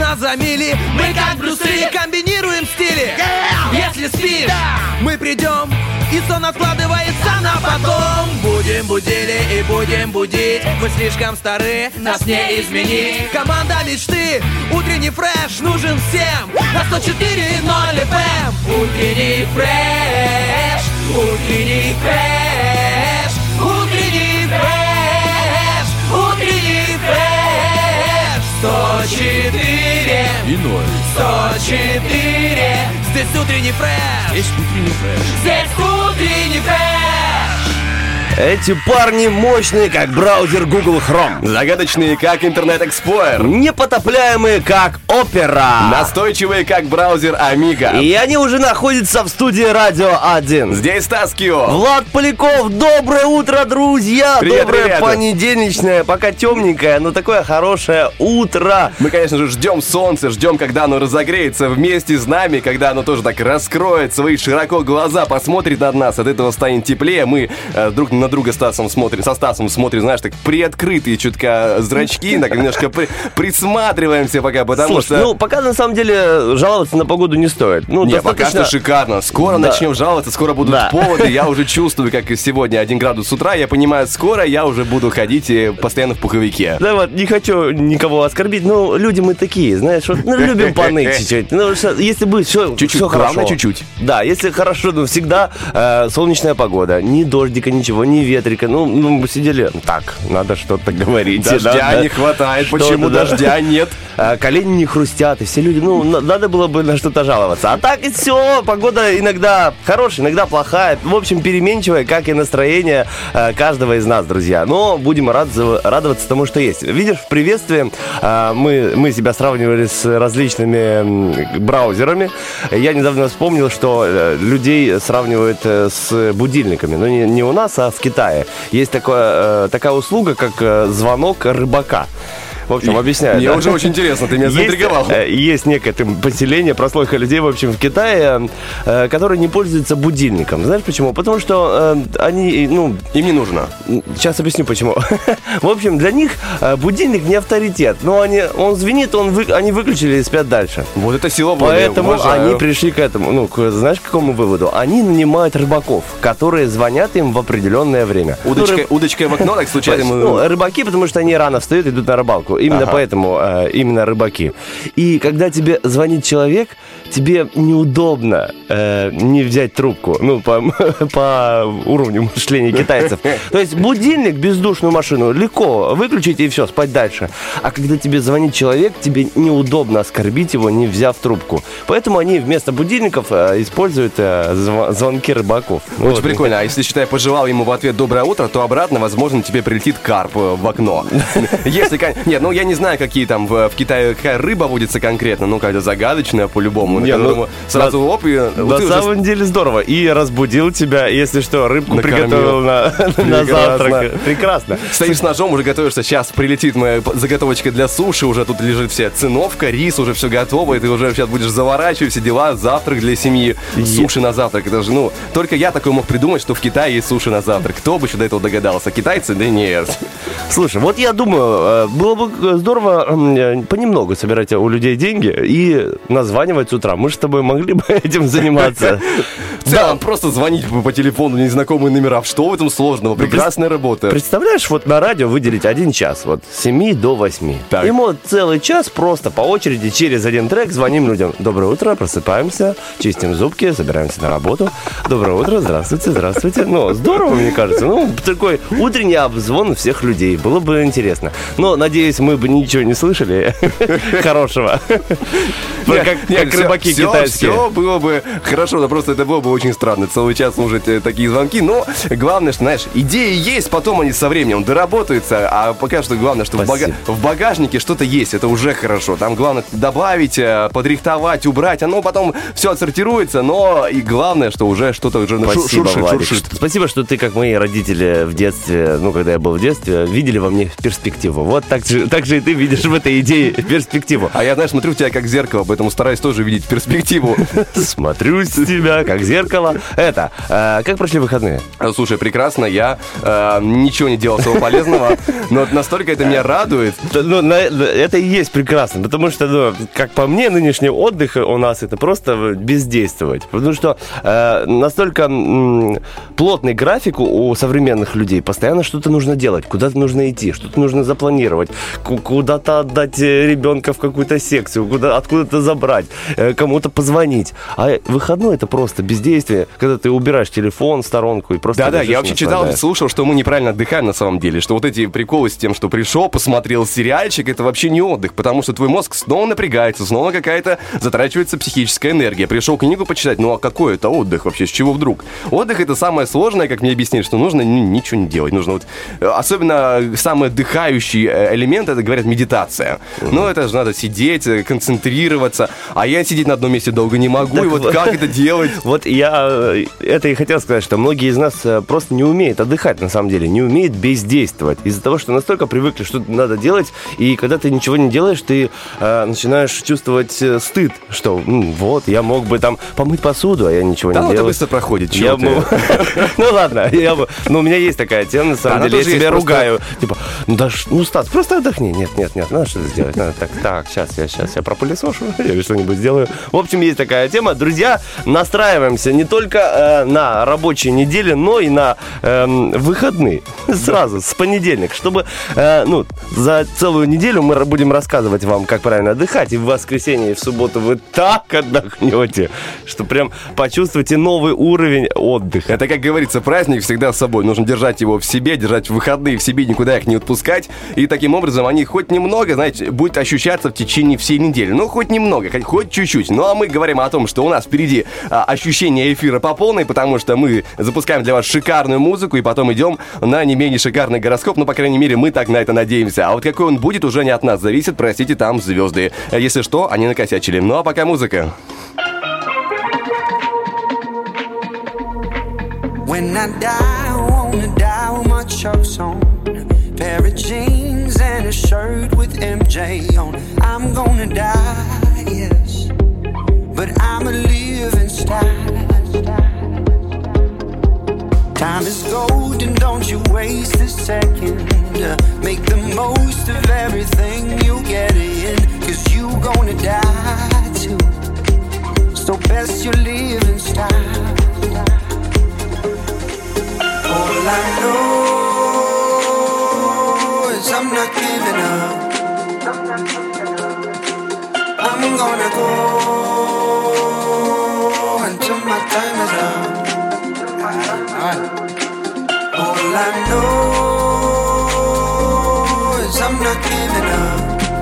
нас за мили. Мы как Брюс Ли комбинируем стили. Если спишь, мы придем, и сон откладывается на потом. Будем будили и будем будить. Мы слишком стары, нас не изменить. Команда мечты, утренний фреш нужен всем. На 104.0 FM. Утренний фреш, утренний фреш, утренний фреш, утренний фреш. 104 и 0. 104. Здесь утренний фреш. Здесь утренний фреш. Здесь утренний фреш. Эти парни мощные, как браузер Google Chrome. Загадочные, как Internet Explorer. Непотопляемые, как Opera. Настойчивые, как браузер Amiga. И они уже находятся в студии Радио 1. Здесь Стас Кио. Влад Поляков. Доброе утро, друзья. Привет, доброе привет. Понедельничное, пока темненькое, но такое хорошее утро. Мы, конечно же, ждем солнца, ждем, когда оно разогреется вместе с нами, когда оно тоже так раскроет свои широко глаза, посмотрит на нас, от этого станет теплее. Мы друг на друга со Стасом смотрим, знаешь, так приоткрытые чутка зрачки, так немножко присматриваемся пока, потому Слушай, что... пока на самом деле жаловаться на погоду не стоит. Не, пока что шикарно. Скоро начнем жаловаться, скоро будут поводы. Я уже чувствую, как и сегодня 1 градус с утра. Я понимаю, скоро я уже буду ходить постоянно в пуховике. Да вот, не хочу никого оскорбить, но люди мы такие, знаешь, вот, любим поныть чуть-чуть. Если будет все чуть-чуть, хорошо. главное чуть-чуть. Да, если хорошо, всегда солнечная погода. Ни дождика, ничего, ни ветрика. Мы сидели, так, надо что-то говорить. Дождя не хватает, почему дождя нет? Колени не хрустят, и все люди, надо было бы на что-то жаловаться. А так и все, погода иногда хорошая, иногда плохая. В общем, переменчивая, как и настроение каждого из нас, друзья. Но будем радоваться тому, что есть. Видишь, в приветствии мы себя сравнивали с различными браузерами. Я недавно вспомнил, что людей сравнивают с будильниками. Но не у нас, а в Китае. Есть такая услуга, как звонок рыбака. В общем, объясняю. Мне уже очень интересно, ты меня заинтриговал. Есть некое поселение прослойка людей, в общем, в Китае, которые не пользуются будильником. Знаешь почему? Потому что они, им не нужно. Сейчас объясню почему. В общем, для них будильник не авторитет. Но он звенит, они выключили и спят дальше. Вот это сила воли. Поэтому они пришли к этому, знаешь, к какому выводу? Они нанимают рыбаков, которые звонят им в определенное время. Удочкой в окно, так случайно? Рыбаки, потому что они рано встают и идут на рыбалку. Именно поэтому именно рыбаки. И когда тебе звонит человек, тебе неудобно не взять трубку. По уровню мышления китайцев. То есть будильник, бездушную машину легко выключить и все, спать дальше. А когда тебе звонит человек, тебе неудобно оскорбить его, не взяв трубку. Поэтому они вместо будильников используют звонки рыбаков. Очень прикольно. А если, считай, пожелал ему в ответ «доброе утро», то обратно, возможно, тебе прилетит карп в окно. Если... Нет, я не знаю, какие там в Китае, какая рыба водится конкретно, какая-то загадочная по-любому. Сразу оп, и... На самом деле здорово. И разбудил тебя, если что, рыбку приготовил на завтрак. Прекрасно. Стоишь с ножом, уже готовишься, сейчас прилетит моя заготовочка для суши, уже тут лежит вся циновка, рис, уже все готово, и ты уже сейчас будешь заворачивать все дела, завтрак для семьи, суши на завтрак. Это же, только я такой мог придумать, что в Китае есть суши на завтрак. Кто бы еще до этого догадался? Китайцы? Да нет. Слушай, вот я думаю, было бы здорово понемногу собирать у людей деньги и названивать с утра. Мы же с тобой могли бы этим заниматься. В целом, просто звонить по телефону незнакомые номера. Что в этом сложного? Прекрасная работа. Представляешь, вот на радио выделить 1 час, с 7 до 8. Так. И мы целый час просто по очереди через один трек звоним людям. Доброе утро, просыпаемся, чистим зубки, собираемся на работу. Доброе утро, здравствуйте, здравствуйте. Здорово, мне кажется. Такой утренний обзвон всех людей. Было бы интересно. Но, надеюсь, мы бы ничего не слышали хорошего. Как рыбаки китайские. Все было бы хорошо, но просто это было бы очень странно. Целый час слушать такие звонки. Но главное, что, знаешь, идеи есть, потом они со временем доработаются. А пока что главное, что в багажнике что-то есть. Это уже хорошо. Там главное добавить, подрихтовать, убрать. Оно потом все отсортируется. Но и главное, что уже что-то уже шуршит. Спасибо, что ты, как мои родители в детстве, когда я был в детстве, видели во мне перспективу. Вот так же и ты видишь в этой идее перспективу. А я, знаешь, смотрю в тебя как в зеркало, поэтому стараюсь тоже видеть перспективу. Смотрю с тебя как в зеркало. зеркало. Как прошли выходные? Слушай, прекрасно, я ничего не делал своего полезного, но настолько это меня радует. Это и есть прекрасно, потому что, как по мне, нынешний отдых у нас это просто бездействовать. Потому что настолько плотный график у современных людей, постоянно что-то нужно делать, куда-то нужно идти, что-то нужно запланировать, куда-то отдать ребенка в какую-то секцию, откуда-то забрать, кому-то позвонить. А выходной это просто бездействие, когда ты убираешь телефон в сторонку и просто... Да-да, я вообще читал, слушал, что мы неправильно отдыхаем на самом деле, что вот эти приколы с тем, что пришел, посмотрел сериальчик, это вообще не отдых, потому что твой мозг снова напрягается, снова какая-то затрачивается психическая энергия. Пришел книгу почитать, ну а какой это отдых вообще, с чего вдруг? Отдых это самое сложное, как мне объяснили, что нужно ничего не делать, нужно вот... Особенно самый отдыхающий элемент, это, говорят, медитация. Ну это же надо сидеть, концентрироваться, а я сидеть на одном месте долго не могу, и вот как это делать? Вот я это и хотел сказать, что многие из нас просто не умеют отдыхать, на самом деле, не умеют бездействовать. Из-за того, что настолько привыкли, что надо делать, и когда ты ничего не делаешь, ты начинаешь чувствовать стыд, что вот, я мог бы там помыть посуду, а я ничего не делаю. Да, это быстро проходит, Ну ладно, у меня есть такая тема, на самом деле, я себя ругаю. Типа, Стас, просто отдохни. Нет, надо что-то сделать. Так, сейчас я пропылесошу, я что-нибудь сделаю. В общем, есть такая тема. Друзья, настраиваемся не только на рабочие недели, но и на выходные. Сразу, с понедельника. Чтобы за целую неделю мы будем рассказывать вам, как правильно отдыхать. И в воскресенье, и в субботу вы так отдохнете, что прям почувствуете новый уровень отдыха. Это, как говорится, праздник всегда с собой. Нужно держать его в себе, держать в выходные в себе, никуда их не отпускать. И таким образом они хоть немного, знаете, будут ощущаться в течение всей недели. Ну, хоть немного, хоть чуть-чуть. Ну, а мы говорим о том, что у нас впереди ощущение эфира по полной, потому что мы запускаем для вас шикарную музыку и потом идем на не менее шикарный гороскоп. Ну, по крайней мере, мы так на это надеемся. А вот какой он будет, уже не от нас зависит. Простите, там звезды. Если что, они накосячили. Ну, а пока музыка. When I die, I wanna die with my Chucks on, pair of jeans and a shirt with MJ on. I'm gonna die, yes, but I'ma live in style. Time is gold and don't you waste a second. Make the most of everything you get in, 'cause you gonna die too, so best you live in style. All I know is I'm not giving up. I'm gonna go until my time is up. All I know is I'm not giving up.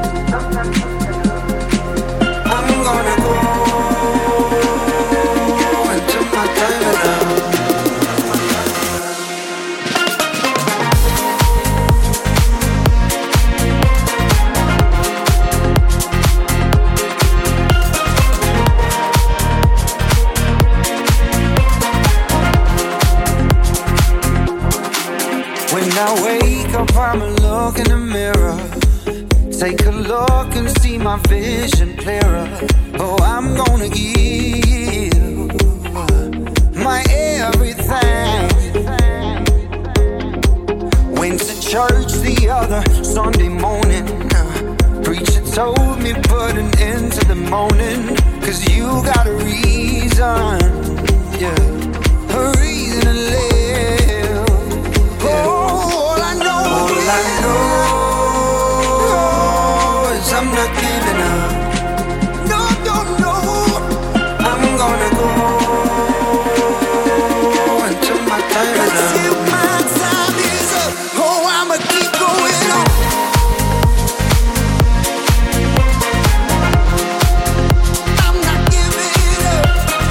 I'm gonna go until my time is up. I wake up, I'ma look in the mirror, take a look and see my vision clearer. Oh, I'm gonna give my everything. Went to church the other Sunday morning. Preacher told me put an end to the moaning, 'cause you got a reason, yeah, a reason to live. All I know is I'm not giving up. No, I'm gonna go until my time is up. Until my time is up. Oh, I'ma keep going on. I'm not giving up.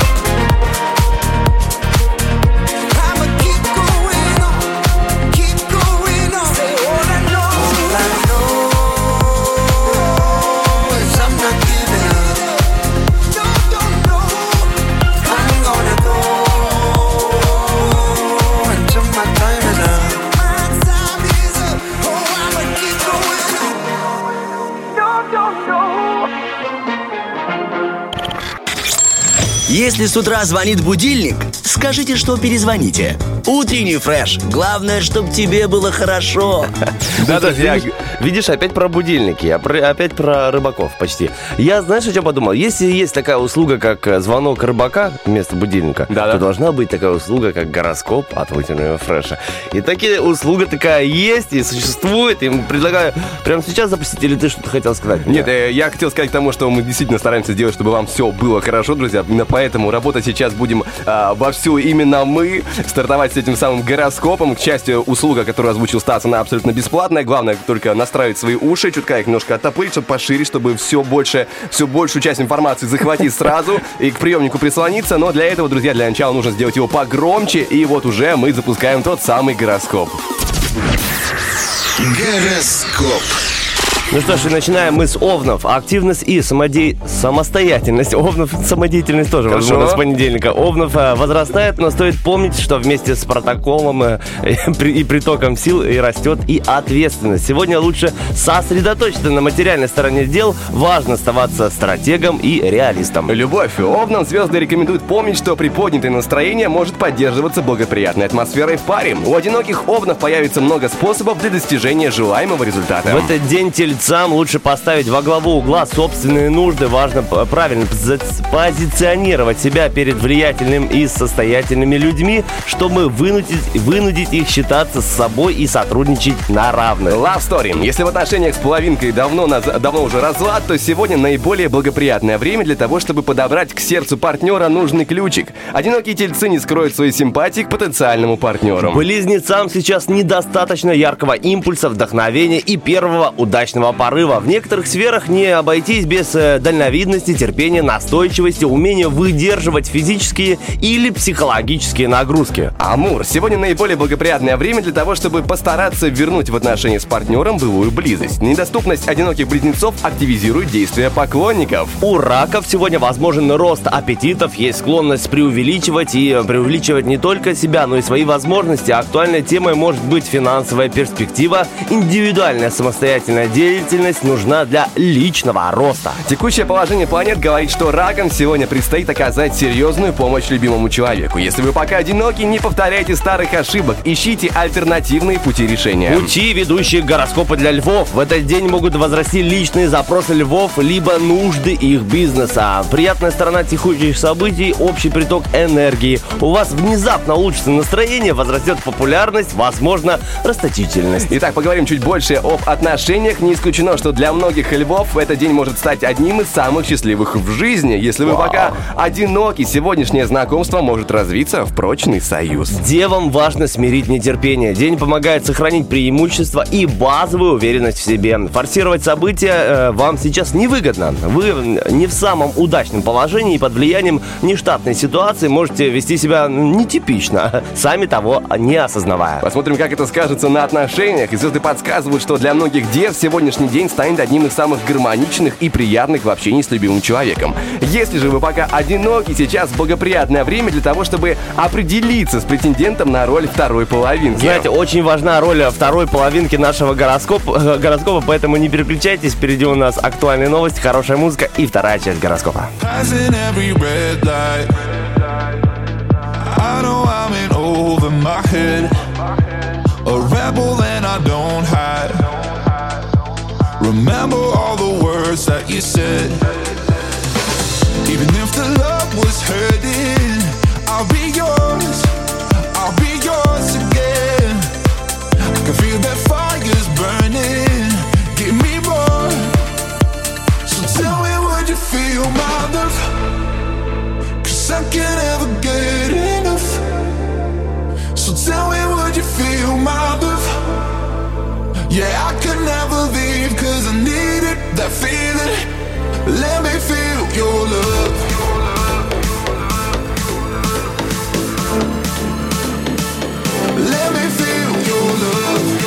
I'ma keep going on. Keep going on. Say all I know is I'm not giving up. No, I'm gonna go until my time is up. My time is up. Oh, I'ma keep going on. No. Если с утра звонит будильник, Скажите, что перезвоните. Утренний фреш. Главное, чтобы тебе было хорошо. Да, друзья, видишь, опять про будильники, опять про рыбаков почти. Я, знаешь, о чем подумал? Если есть такая услуга, как звонок рыбака вместо будильника, то должна быть такая услуга, как гороскоп от утреннего фреша. И такие услуга такая есть и существует. И предлагаю прямо сейчас запустить, или ты что-то хотел сказать? Нет, я хотел сказать к тому, что мы действительно стараемся сделать, чтобы вам все было хорошо, друзья. Именно поэтому работать сейчас будем вовсю именно мы. Стартовать с этим самым гороскопом. К счастью, услуга, которую озвучил Стас, она абсолютно бесплатная. Главное только настраивать свои уши, чутка их немножко оттопырить, чтобы пошире, чтобы всю большую часть информации захватить сразу и к приемнику прислониться. Но для этого, друзья, для начала нужно сделать его погромче. И вот уже мы запускаем тот самый гороскоп. Гороскоп. Ну что ж, и начинаем мы с овнов. Активность и самостоятельность. Овнов, самодеятельность тоже, возможно, с понедельника. Овнов возрастает, но стоит помнить, что вместе с протоколом и притоком сил и растет и ответственность. Сегодня лучше сосредоточиться на материальной стороне дел. Важно оставаться стратегом и реалистом. Любовь. Овнам звезды рекомендуют помнить, что приподнятое настроение может поддерживаться благоприятной атмосферой в паре. У одиноких овнов появится много способов для достижения желаемого результата. В этот день тельцам лучше поставить во главу угла собственные нужды. Важно правильно позиционировать себя перед влиятельными и состоятельными людьми, чтобы вынудить их считаться с собой и сотрудничать на равных. Love Story. Если в отношениях с половинкой давно уже разлад, то сегодня наиболее благоприятное время для того, чтобы подобрать к сердцу партнера нужный ключик. Одинокие тельцы не скроют своей симпатии к потенциальному партнеру. Близнецам сейчас недостаточно яркого импульса, вдохновения и первого удачного порыва. В некоторых сферах не обойтись без дальновидности, терпения, настойчивости, умения выдерживать физические или психологические нагрузки. Амур. Сегодня наиболее благоприятное время для того, чтобы постараться вернуть в отношения с партнером былую близость. Недоступность одиноких близнецов активизирует действия поклонников. У раков сегодня возможен рост аппетитов, есть склонность преувеличивать не только себя, но и свои возможности. Актуальной темой может быть финансовая перспектива, индивидуальная самостоятельная деятельность нужна для личного роста. Текущее положение планет говорит, что ракам сегодня предстоит оказать серьезную помощь любимому человеку. Если вы пока одиноки, не повторяйте старых ошибок, ищите альтернативные пути решения. Пути, ведущие к гороскопу для львов. В этот день могут возрасти личные запросы львов, либо нужды их бизнеса. Приятная сторона текущих событий – общий приток энергии. У вас внезапно улучшится настроение, возрастет популярность, возможно, расточительность. Итак, поговорим чуть больше об отношениях. Не исключено, что для многих львов этот день может стать одним из самых счастливых в жизни. Если вы пока одиноки, сегодняшнее знакомство может развиться в прочный союз. Девам важно смирить нетерпение. День помогает сохранить преимущество и базовую уверенность в себе. Форсировать события вам сейчас невыгодно. Вы не в самом удачном положении и под влиянием нештатной ситуации можете вести себя нетипично, сами того не осознавая. Посмотрим, как это скажется на отношениях. И звезды подсказывают, что для многих дев сегодняшний день станет одним из самых гармоничных и приятных в общении с любимым человеком. Если же вы пока одиноки, сейчас благоприятное время для того, чтобы определиться с претендентом на роль второй половинки. Знаете, очень важна роль второй половинки нашего гороскопа, поэтому не переключайтесь. Впереди у нас актуальные новости, хорошая музыка и вторая часть гороскопа. Remember all the words that you said. Even if the love was hurting, I'll be yours again. I can feel that fire's burning, give me more. So tell me, would you feel my love? 'Cause I can't ever get enough. So tell me, would you feel my love? Yeah, I could never leave 'cause I needed that feeling. Let me feel your love. Let me feel your love.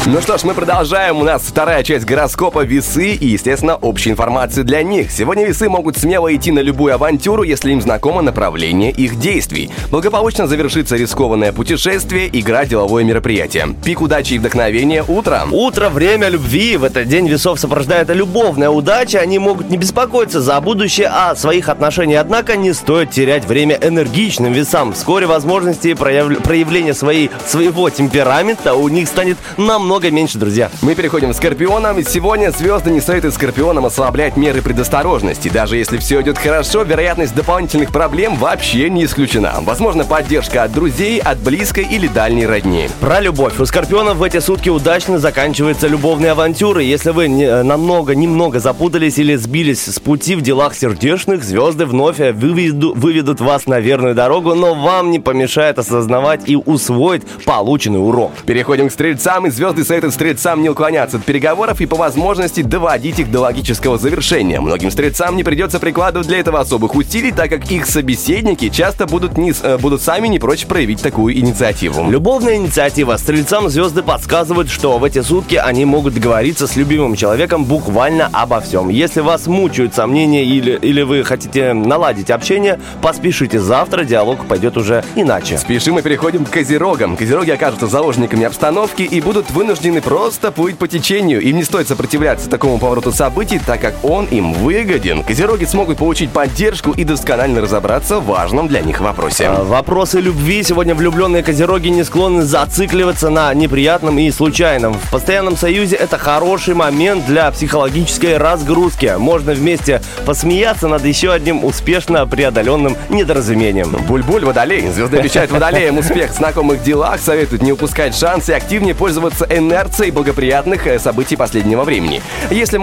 Ну что ж, мы продолжаем. У нас вторая часть гороскопа весы и, естественно, общей информации для них. Сегодня весы могут смело идти на любую авантюру, если им знакомо направление их действий. Благополучно завершится рискованное путешествие, игра, деловое мероприятие. Пик удачи и вдохновения утром. Утро — время любви. В этот день весов сопровождает любовная удача. Они могут не беспокоиться за будущее, а своих отношений. Однако не стоит терять время энергичным весам. Вскоре возможности проявления своего темперамента у них станет намного меньше, друзья. Мы переходим к Скорпионам. Сегодня звезды не советуют Скорпионам ослаблять меры предосторожности. Даже если все идет хорошо, вероятность дополнительных проблем вообще не исключена. Возможно, поддержка от друзей, от близкой или дальней родни. Про любовь. У Скорпионов в эти сутки удачно заканчиваются любовные авантюры. Если вы немного запутались или сбились с пути в делах сердечных, звезды вновь выведут вас на верную дорогу, но вам не помешает осознавать и усвоить полученный урок. Переходим к Стрельцам, и звезды советуют Стрельцам не уклоняться от переговоров и по возможности доводить их до логического завершения. Многим Стрельцам не придется прикладывать для этого особых усилий, так как их собеседники часто будут сами не прочь проявить такую инициативу. Любовная инициатива. Стрельцам звезды подсказывают, что в эти сутки они могут договориться с любимым человеком буквально обо всем. Если вас мучают сомнения или вы хотите наладить общение, поспешите, завтра диалог пойдет уже иначе. Спешим и переходим к Козерогам. Козероги окажутся заложниками обстановки и будут вынуждены просто плыть по течению. Им не стоит сопротивляться такому повороту событий, так как он им выгоден. Козероги смогут получить поддержку и досконально разобраться в важном для них вопросе. Вопросы любви. Сегодня влюбленные козероги не склонны зацикливаться на неприятном и случайном. В постоянном союзе это хороший момент для психологической разгрузки. Можно вместе посмеяться над еще одним успешно преодоленным недоразумением. Буль-буль, Водолей. Звезды обещают Водолеям успех в знакомых делах, советуют не упускать шансы и активнее пользоваться инерцией благоприятных событий последнего времени. Если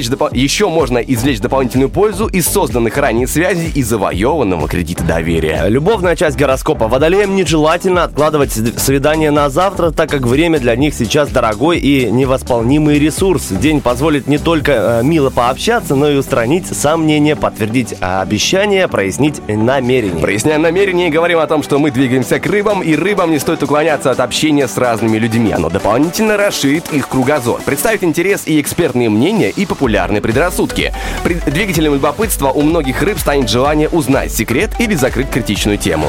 еще можно извлечь дополнительную пользу из созданных ранее связей и завоеванного кредита доверия. Любовная часть гороскопа. Водолеям нежелательно откладывать свидание на завтра, так как время для них сейчас дорогой и невосполнимый ресурс. День позволит не только мило пообщаться, но и устранить сомнения, подтвердить обещания, прояснить намерения. Проясняем намерения и говорим о том, что мы двигаемся к рыбам, и рыбам не стоит уклоняться от общения с разными людьми. Оно дополнительно расширит их кругозор, представит интерес и экспертные мнения, и популярные предрассудки. Двигателем любопытства у многих рыб станет желание узнать секрет или закрыть критичную тему.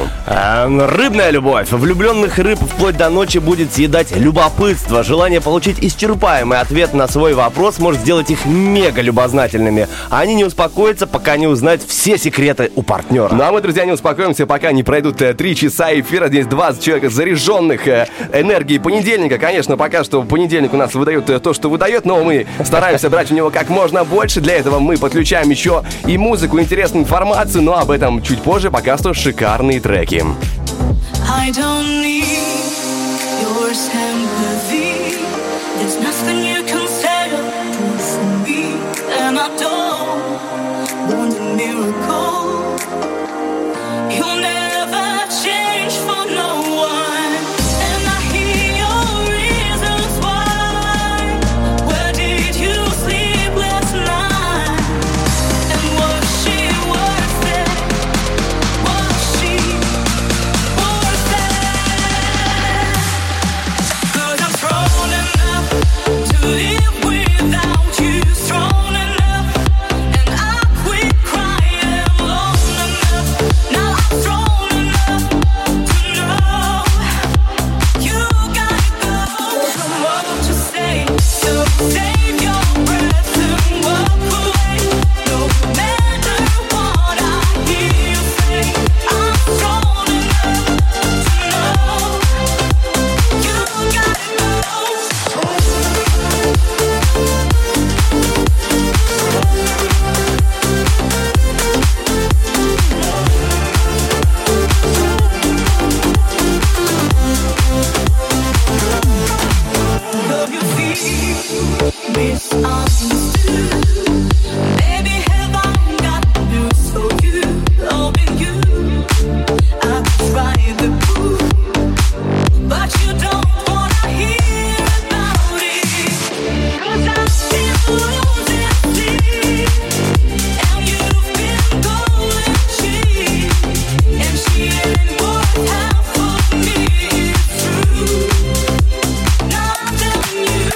Рыбная любовь. Влюбленных рыб вплоть до ночи будет съедать любопытство. Желание получить исчерпаемый ответ на свой вопрос может сделать их мега любознательными. Они не успокоятся, пока не узнают все секреты у партнера. Ну а мы, друзья, не успокоимся, пока не пройдут 3 часа эфира. Здесь 20 человек заряженных энергией понедельника. Конечно, пока что понедельник у нас выдает то, что выдает, но мы стараемся брать у него как можно больше. Для этого мы подключаем еще и музыку, интересную информацию, но об этом чуть позже. Пока что шикарные треки. I don't need your sympathy. There's nothing you can say or do for me, and I don't want a miracle. You'll never change for no one, and I hear your reasons why. Where did you sleep last night? And was she worth it? Was she worth it? 'Cause I'm strong enough to live without you, strong enough, and I quit crying long enough. Now I'm strong enough to know you gotta go. From what you say, so save your breath and walk away. No matter what I hear you say, I'm strong enough to know you gotta go. Love you feel misunderstood. Baby, have I got news for you? Loving you, I tried the proof, but you don't wanna hear about it. 'Cause I'm still losing sleep, and you've been going cheap, and she ain't worth half of me. It's true. Now I'm telling you,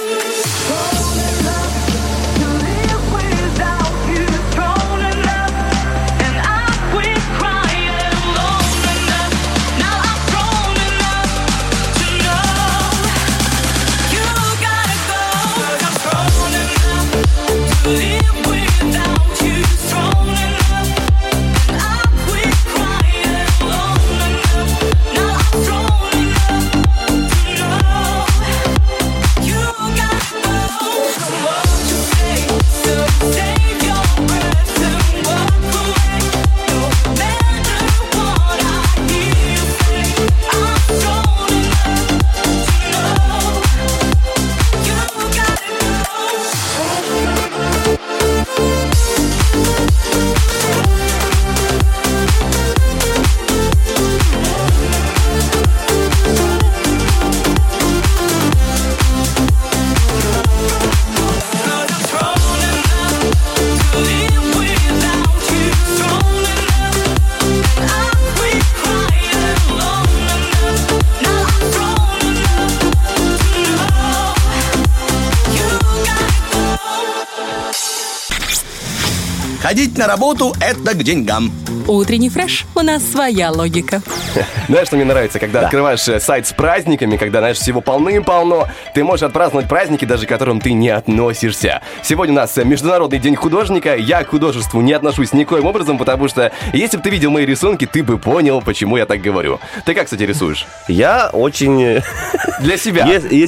Ходить на работу – это к деньгам. Утренний фреш. У нас своя логика. Знаешь, что мне нравится, когда открываешь сайт с праздниками, когда, знаешь, всего полным-полно, ты можешь отпраздновать праздники, даже к которым ты не относишься. Сегодня у нас Международный день художника. Я к художеству не отношусь никоим образом, потому что если бы ты видел мои рисунки, ты бы понял, почему я так говорю. Ты как, кстати, рисуешь? Я очень... Для себя,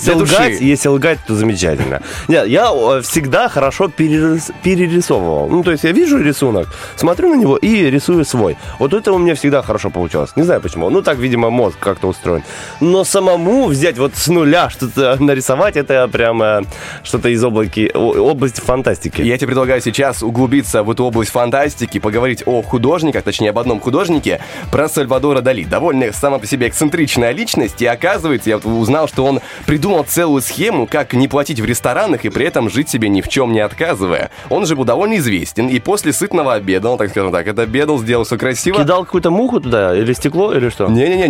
Если лгать, то замечательно. Нет, я всегда хорошо перерисовывал. Ну, то есть я вижу рисунок, смотрю на него и рисую свой. Вот это у меня всегда хорошо получалось. Не знаю почему. Ну, так, видимо, мозг как-то устроен. Но самому взять вот с нуля что-то нарисовать, это прямо что-то из области фантастики. Я тебе предлагаю сейчас углубиться в эту область фантастики, поговорить о художниках, точнее, об одном художнике, про Сальвадора Дали. Довольно сама по себе эксцентричная личность, и оказывается, я узнал, что он придумал целую схему, как не платить в ресторанах и при этом жить себе ни в чем не отказывая. Он же был довольно известен, и после сытного обеда, он, так скажем так, это обедал, сделал все красиво. Кидал какую-то муху туда, или стекло, или что? Не-не-не,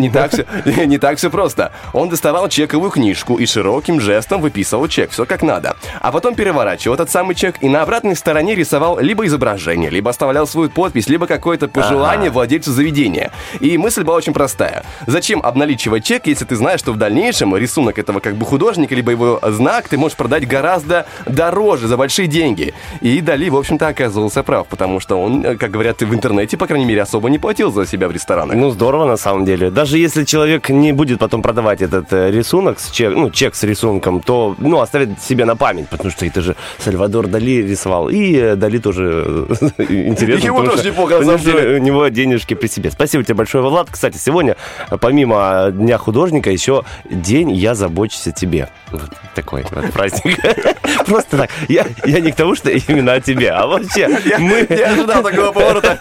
не так все просто. Он доставал чековую книжку и широким жестом выписывал чек, все как надо. А потом переворачивал этот самый чек и на обратной стороне рисовал либо изображение, либо оставлял свою подпись, либо какое-то пожелание владельцу заведения. И мысль была очень простая. Зачем обналичивать чек, если ты знаешь, что в дальнейшем рисунок этого как бы художника, либо его знак ты можешь продать гораздо дороже, за большие деньги. И Дали, в общем-то, оказывался прав, потому что он, как говорят в интернете, по крайней мере, особо не платил за себя в ресторанах. Ну, здорово, на самом деле. Даже если человек не будет потом продавать этот рисунок, чек с рисунком, то, оставит себе на память, потому что это же Сальвадор Дали рисовал. И Дали тоже интересно. Ему тоже неплохо, на самом деле. У него денежки при себе. Спасибо тебе большое, Влад. Кстати, сегодня, помимо Дня художника, еще день «Я забочусь о тебе». Вот такой вот праздник. Просто так. Я не к тому, что именно о тебе, а вообще мы... Я ожидал такого поворота.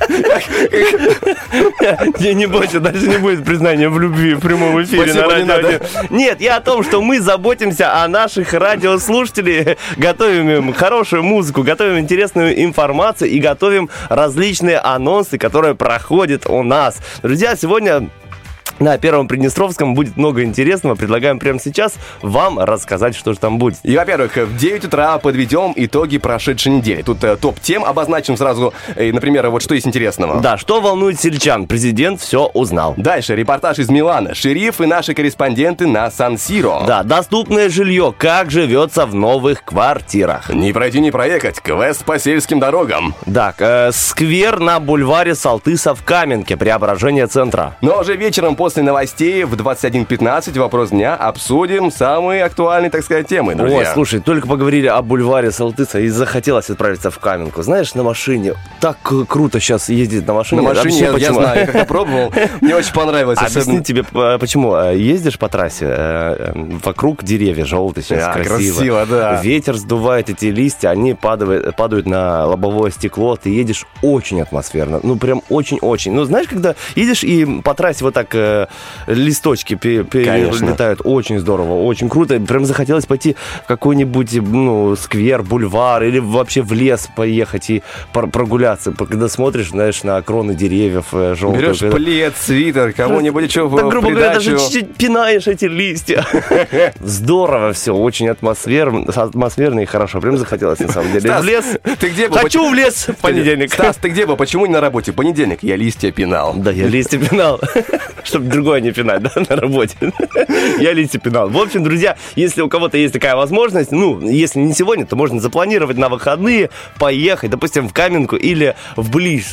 Не бойся, дальше не будет признания в любви в прямом эфире на Радио 1. Нет, я о том, что мы заботимся о наших радиослушателях, готовим им хорошую музыку, готовим интересную информацию и готовим различные анонсы, которые проходят у нас. Друзья, сегодня... На Первом Приднестровском будет много интересного. Предлагаем прямо сейчас вам рассказать, что же там будет. И, во-первых, в 9 утра подведем итоги прошедшей недели. Тут топ-тем обозначим сразу. Например, вот что есть интересного. Да, что волнует сельчан? Президент все узнал. Дальше репортаж из Милана. Шериф и наши корреспонденты на Сан-Сиро. Да, доступное жилье. Как живется в новых квартирах. Не пройти, не проехать. Квест по сельским дорогам. Да, сквер на бульваре Салтыса в Каменке. Преображение центра. Но уже вечером после новостей в 21:15 вопрос дня обсудим самые актуальные, так сказать, темы, друзья. Ой, слушай, только поговорили о бульваре Салтыса и захотелось отправиться в Каменку. Знаешь, на машине. Так круто сейчас ездить на машине. На машине, я знаю, я как-то пробовал. Мне очень понравилось. Объясни тебе, почему. Ездишь по трассе, вокруг деревья желтые, сейчас красиво. Да. Ветер сдувает эти листья, они падают на лобовое стекло. Ты едешь очень атмосферно. Ну, прям очень-очень. Ну, знаешь, когда едешь и по трассе вот так листочки перелетают, очень здорово, очень круто. Прям захотелось пойти в какой-нибудь, сквер, бульвар или вообще в лес поехать и прогуляться. Когда смотришь, знаешь, на кроны деревьев желтые. Берешь плед, свитер, кого-нибудь еще в так, грубо придачу. говоря, даже чуть-чуть пинаешь эти листья. Здорово все, очень атмосферно и хорошо. Прям захотелось, на самом деле. Стас, в лес. Ты где был? Хочу в лес в понедельник. Стас, ты где был? Почему не на работе? Понедельник. Я листья пинал. Да, я листья пинал. Чтобы другое не пинать, да, на работе. Я листья пинал. В общем, друзья, если у кого-то есть такая возможность, если не сегодня, то можно запланировать на выходные, поехать, допустим, в Каменку или в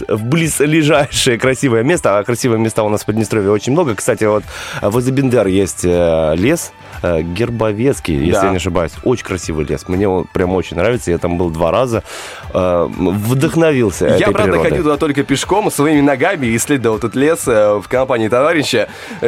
близлежащее красивое место. А красивые места у нас в Приднестровье очень много. Кстати, вот возле Бендер есть лес Гербовецкий, если я не ошибаюсь. Очень красивый лес. Мне он прям очень нравится. Я там был 2 раза. Вдохновился этой Я, правда, природой. ходил туда только пешком, своими ногами, исследовал этот лес в компании товарища.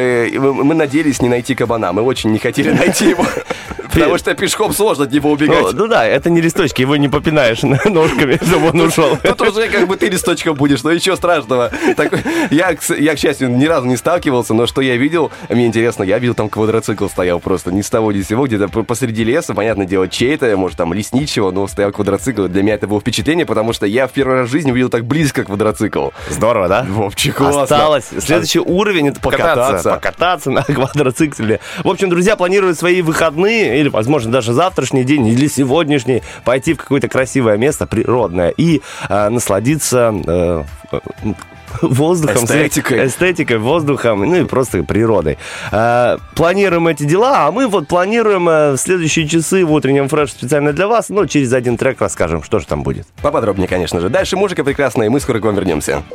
Мы надеялись не найти кабана. Мы очень не хотели найти его. Потому что пешком сложно от него убегать. Ну да, это не листочки, его не попинаешь ножками, чтобы он ушел. Тут уже как бы ты листочком будешь, но ничего страшного. Я, к счастью, ни разу не сталкивался, но что я видел, мне интересно, я видел, там квадроцикл стоял просто ни с того ни с сего, где-то посреди леса, понятное дело, чей-то, может, там, лесничего, но стоял квадроцикл. Для меня это было впечатление, потому что я в первый раз в жизни увидел так близко квадроцикл. Здорово, да? Вовчик, классно. Осталось. Следующий уровень — это покататься на квадроцикле. В общем, друзья планируют свои выходные, или, возможно, даже завтрашний день, или сегодняшний, пойти в какое-то красивое место, природное, и насладиться воздухом, эстетикой, воздухом, ну и просто природой. Планируем эти дела, а мы вот планируем в следующие часы в утреннем фреш специально для вас, но через один трек расскажем, что же там будет. Поподробнее, конечно же. Дальше музыка прекрасная, и мы скоро к вам вернемся.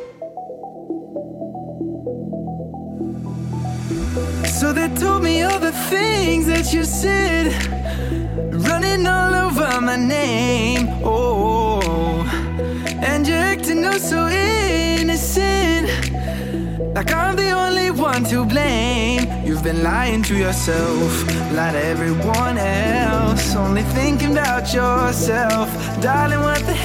So they told me all the things that you said, running all over my name, oh, and you're acting oh so innocent, like I'm the only one to blame. You've been lying to yourself, lied to everyone else, only thinking about yourself, darling, what the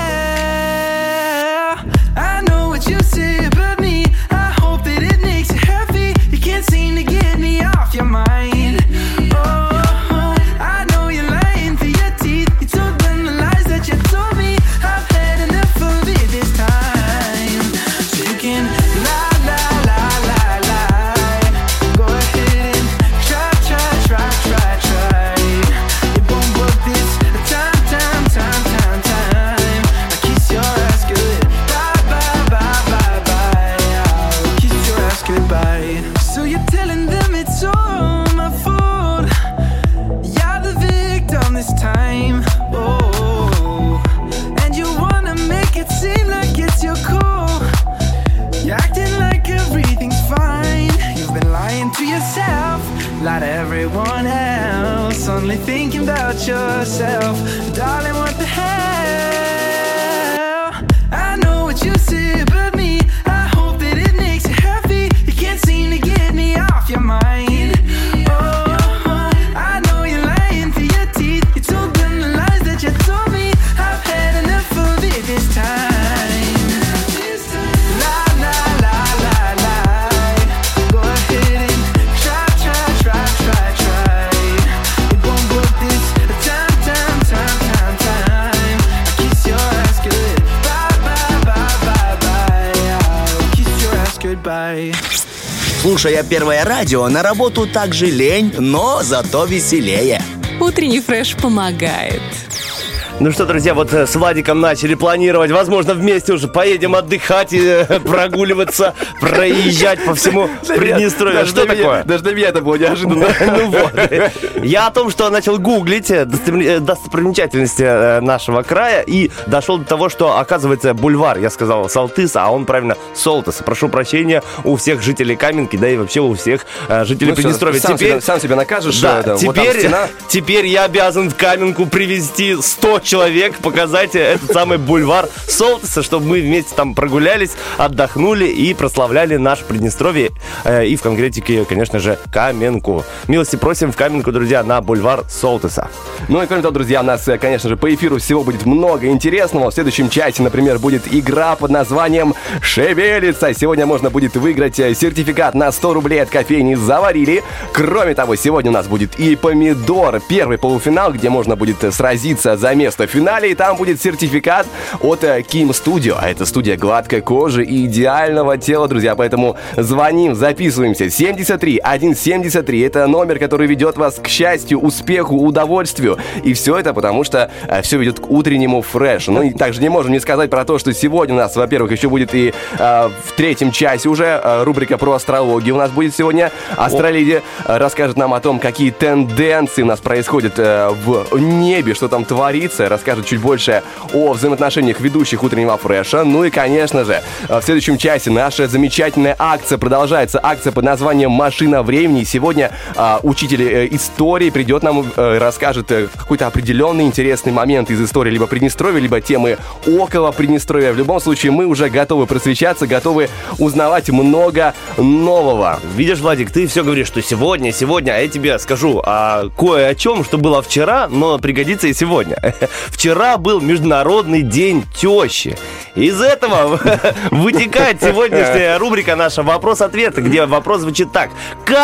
hell? I know what you say about me, I hope that it makes you happy. You can't seem to get me off your mind. Oh, I know you're lying through your teeth. You told them the lies that you told me. I've had enough of it this time. So you can lie, lie, lie, lie, lie. Go ahead and try. It won't work this time. I kiss your ass good. Bye, bye, bye, bye, bye. I'll kiss your ass goodbye. So you're telling them it's all my fault. You're the victim this time. Oh, and you wanna make it seem like it's your call. You're acting like everything's fine. You've been lying to yourself, lie to everyone else, only thinking about yourself. Darling, what the hell? I know what you say about me. I hope that it makes you happy. You can't seem to get me off your mind. Oh, I know you're lying through your teeth. You told them the lies that you told me. I've had enough of it this time. Lie, lie, lie, lie, lie. Go ahead and try. It won't work this time. I kiss your ass good. Bye, bye, bye, bye, bye. I'll kiss your ass goodbye. Слушая Первое радио, на работу также лень, но зато веселее. Утренний фреш помогает. Ну что, друзья, вот с Владиком начали планировать. Возможно, вместе уже поедем отдыхать и прогуливаться, проезжать по всему Приднестровью. Что такое? Даже для меня это было неожиданно. Ну вот. Я о том, что начал гуглить достопримечательности нашего края и дошел до того, что, оказывается, бульвар, я сказал Салтыс, а он правильно Солтыс. Прошу прощения у всех жителей Каменки, да и вообще у всех жителей Приднестровья. Сам себя накажешь. Да, теперь я обязан в Каменку привезти 100 человек, показать этот самый бульвар Солтыса, чтобы мы вместе там прогулялись, отдохнули и прославляли наше Приднестровье и в конкретике, конечно же, Каменку. Милости просим в Каменку, друзья, на бульвар Солтыса. Ну и кроме того, друзья, у нас, конечно же, по эфиру всего будет много интересного. В следующем часе, например, будет игра под названием «Шевелится». Сегодня можно будет выиграть сертификат на 100 рублей от кофейни «Заварили». Кроме того, сегодня у нас будет и помидор. Первый полуфинал, где можно будет сразиться за место в финале, и там будет сертификат от Kim Studio. А это студия гладкой кожи и идеального тела, друзья. Поэтому звоним, записываемся. 73 173. Это номер, который ведет вас к счастью, успеху, удовольствию. И все это потому, что все ведет к утреннему фрешу. Ну и также не можем не сказать про то, что сегодня у нас, во-первых, еще будет и в третьем часе уже рубрика про астрологию. У нас будет сегодня Астроледи расскажет нам о том, какие тенденции у нас происходят в небе, что там творится. Расскажет чуть больше о взаимоотношениях ведущих утреннего фреша. Ну и, конечно же, в следующем часе наша замечательная акция продолжается. Акция под названием «Машина времени». Сегодня учитель истории придет нам, расскажет какой-то определенный интересный момент из истории либо Приднестровья, либо темы около Приднестровья. В любом случае, мы уже готовы просвещаться, готовы узнавать много нового. Видишь, Владик, ты все говоришь, что сегодня, а я тебе скажу кое о чем, что было вчера, но пригодится и сегодня. Вчера был Международный день тещи. Из этого вытекает сегодняшняя рубрика наша «Вопрос-ответ», где вопрос звучит так. Как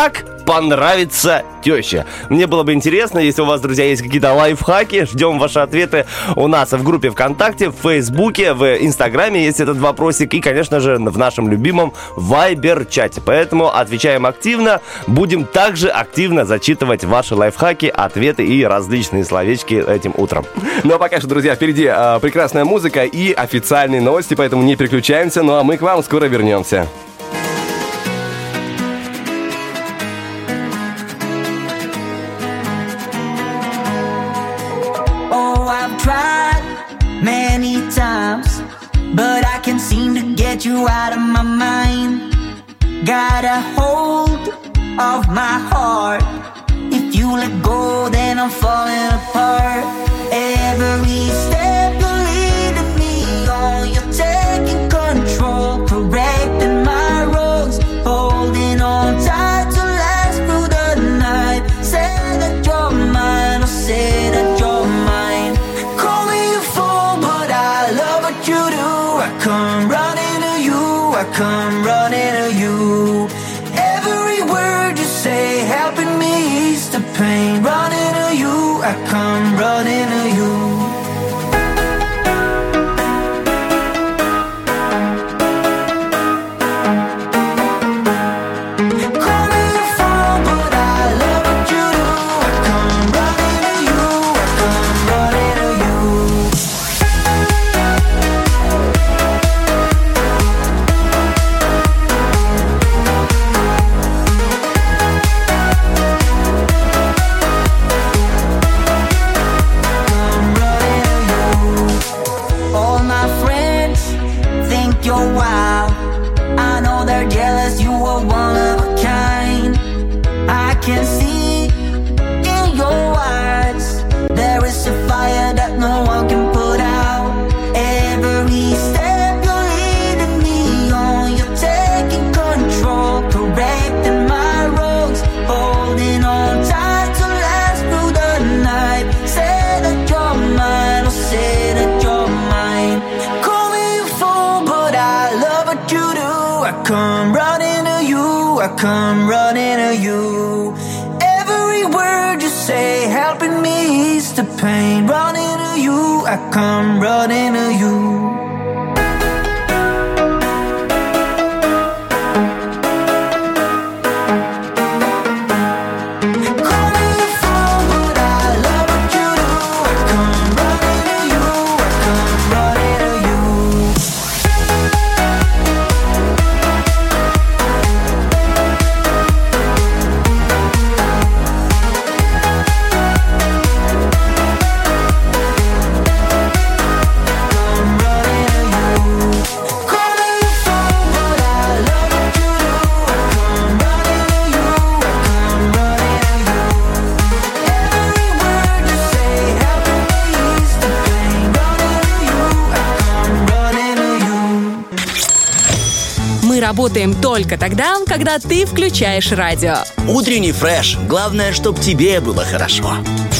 понравится теще? Мне было бы интересно, если у вас, друзья, есть какие-то лайфхаки. Ждем ваши ответы у нас в группе ВКонтакте, в Фейсбуке, в Инстаграме есть этот вопросик. И, конечно же, в нашем любимом Вайбер-чате. Поэтому отвечаем активно. Будем также активно зачитывать ваши лайфхаки, ответы и различные словечки этим утром. Ну а пока что, друзья, впереди прекрасная музыка и официальные новости, поэтому не переключаемся. Ну а мы к вам скоро вернемся. Many times, but I can't seem to get you out of my mind. Got a hold of my heart. If you let go, then I'm falling apart. Every step you lead to me on, you're taking control, correcting my wrongs, holding on tight to last through the night. Say that you're mine, or say that you're mine. Call me a fool, but I love what you do. I come running to you, I come running to you. Every word you say helping me ease the pain. Running to you, I come running to you. Come running to you. Every word you say helping me ease the pain. Running to you, I come running to you. Работаем только тогда, когда ты включаешь радио. Утренний фреш. Главное, чтоб тебе было хорошо.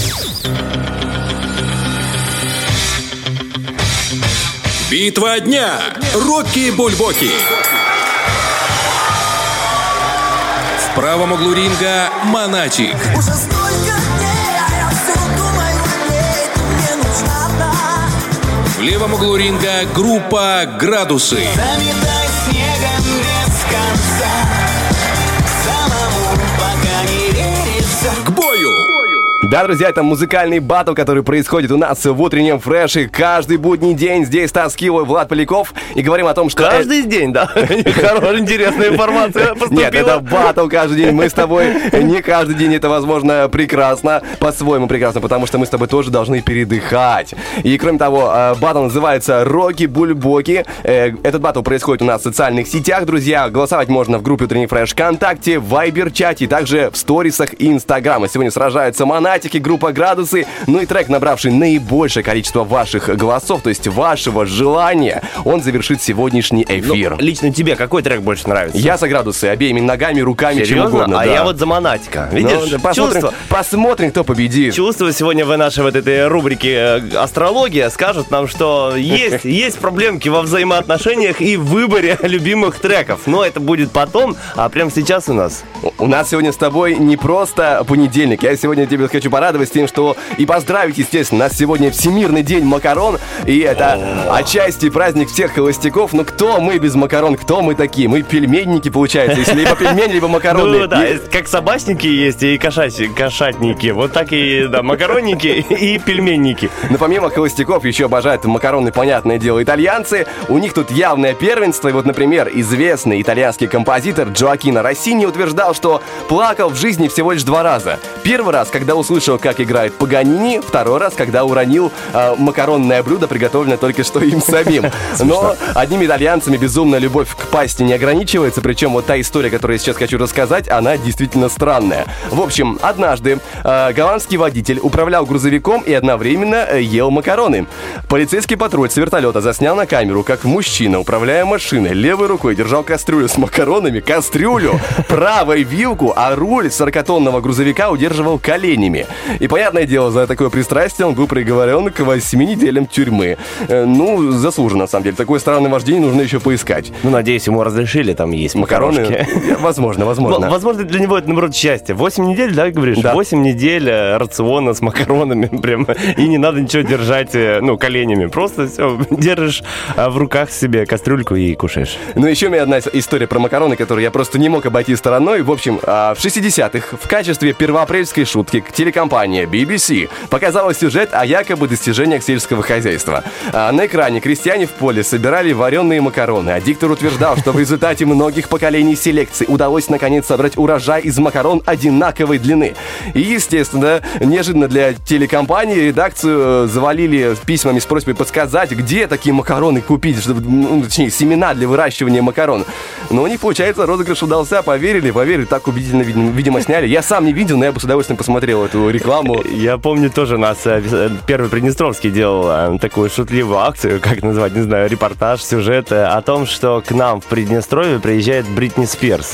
Битва дня. Рокки Бульбоки. В правом углу ринга Монатик. В левом углу ринга группа «Градусы». К бою! Да, друзья, это музыкальный баттл, который происходит у нас в утреннем фреше каждый будний день. Здесь Стас Кио и Влад Поляков. И говорим о том, что... Каждый день, да? Хорошая, интересная информация поступила. Нет, это баттл каждый день. Мы с тобой не каждый день. Это, возможно, прекрасно. По-своему прекрасно, потому что мы с тобой тоже должны передыхать. И, кроме того, баттл называется «Рокки Бульбоки». Этот баттл происходит у нас в социальных сетях, друзья. Голосовать можно в группе «Утренний фреш» ВКонтакте, в Вайбер-чате и также в сторисах и Инстаграма. Сегодня сражаются Монатик, группа «Градусы», ну и трек, набравший наибольшее количество ваших голосов, то есть вашего желания, он завершит сегодняшний эфир. Ну, лично тебе какой трек больше нравится? Я за «Градусы», обеими ногами, руками, серьезно? чем угодно. А да. я вот за «Монатика». Видишь, ну, посмотрим, кто победит. Чувство сегодня в нашей вот этой рубрике «Астрология» скажут нам, что есть проблемки во взаимоотношениях и в выборе любимых треков. Но это будет потом, а прямо сейчас у нас У нас сегодня с тобой не просто понедельник. Я сегодня тебе хочу порадовать с тем, что и поздравить, естественно. У нас сегодня Всемирный день макарон. И это отчасти праздник всех холостяков. Но кто мы без макарон? Кто мы такие? Мы пельменники, получается. Если либо пельмени, либо макароны. Ну да, как собачники есть и кошатники. Вот так и, да, макаронники и пельменники. Но помимо холостяков еще обожают макароны, понятное дело, итальянцы. У них тут явное первенство. И вот, например, известный итальянский композитор Джоаккино Россини утверждал, что плакал в жизни всего лишь 2 раза. Первый раз, когда услышал, как играет Паганини. Второй раз, когда уронил макаронное блюдо, приготовленное только что им самим. Но одними итальянцами безумная любовь к пасте не ограничивается. Причем вот та история, которую я сейчас хочу рассказать, она действительно странная. В общем, однажды голландский водитель управлял грузовиком и одновременно ел макароны. Полицейский патруль с вертолета заснял на камеру, как мужчина, управляя машиной, левой рукой держал кастрюлю с макаронами, правой вилку, а руль 40-тонного грузовика удерживал коленями. И, понятное дело, за такое пристрастие он был приговорен к 8 неделям тюрьмы. Ну, заслуженно, на самом деле. Такое странное вождение нужно еще поискать. Ну, надеюсь, ему разрешили там есть макарошки. Возможно. Возможно, для него это, наоборот, счастье. 8 недель, да, говоришь? Да. 8 недель рациона с макаронами прям. И не надо ничего держать, коленями. Просто все, держишь в руках себе кастрюльку и кушаешь. Ну, еще у меня одна история про макароны, которую я просто не мог обойти стороной. В общем, в 60-х в качестве первоапрельской шутки телекомпания BBC показала сюжет о якобы достижениях сельского хозяйства. На экране крестьяне в поле собирали вареные макароны, а диктор утверждал, что в результате многих поколений селекции удалось наконец собрать урожай из макарон одинаковой длины. И, естественно, неожиданно для телекомпании редакцию завалили письмами с просьбой подсказать, где такие макароны купить, чтобы, точнее, семена для выращивания макарон. Но у них, получается, розыгрыш удался, поверили, так убедительно, видимо, сняли. Я сам не видел, но я бы с удовольствием посмотрел эту рекламу. Я помню, тоже у нас Первый Приднестровский делал такую шутливую акцию, как назвать, не знаю, репортаж, сюжет о том, что к нам в Приднестровье приезжает Бритни Спирс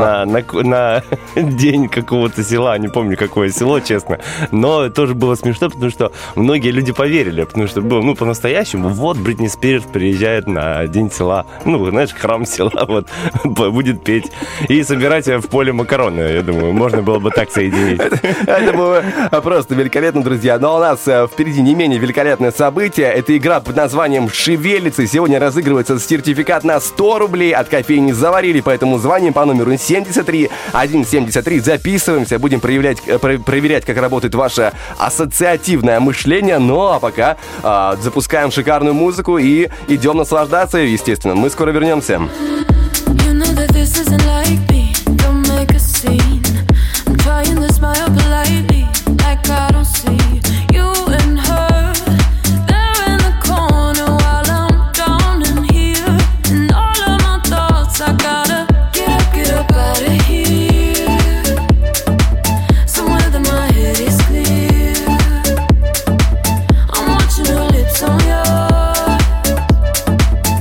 на день какого-то села, не помню, какое село, честно. Но тоже было смешно, потому что многие люди поверили, потому что было, по-настоящему, вот Бритни Спирс приезжает на день села, знаешь, храм села, вот, будет петь и собирать в поле макароны. Я думаю, можно было бы так соединить. Это было просто великолепно, друзья. Но у нас впереди не менее великолепное событие. Это игра под названием «Шевелится». Сегодня разыгрывается сертификат на 100 рублей от кофейни «Заварили». Поэтому звоним по номеру 73 173. Записываемся. Будем проверять, как работает ваше ассоциативное мышление. Ну, а пока запускаем шикарную музыку и идем наслаждаться. Естественно, мы скоро вернемся.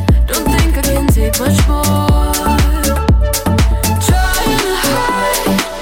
Much more. Trying to hide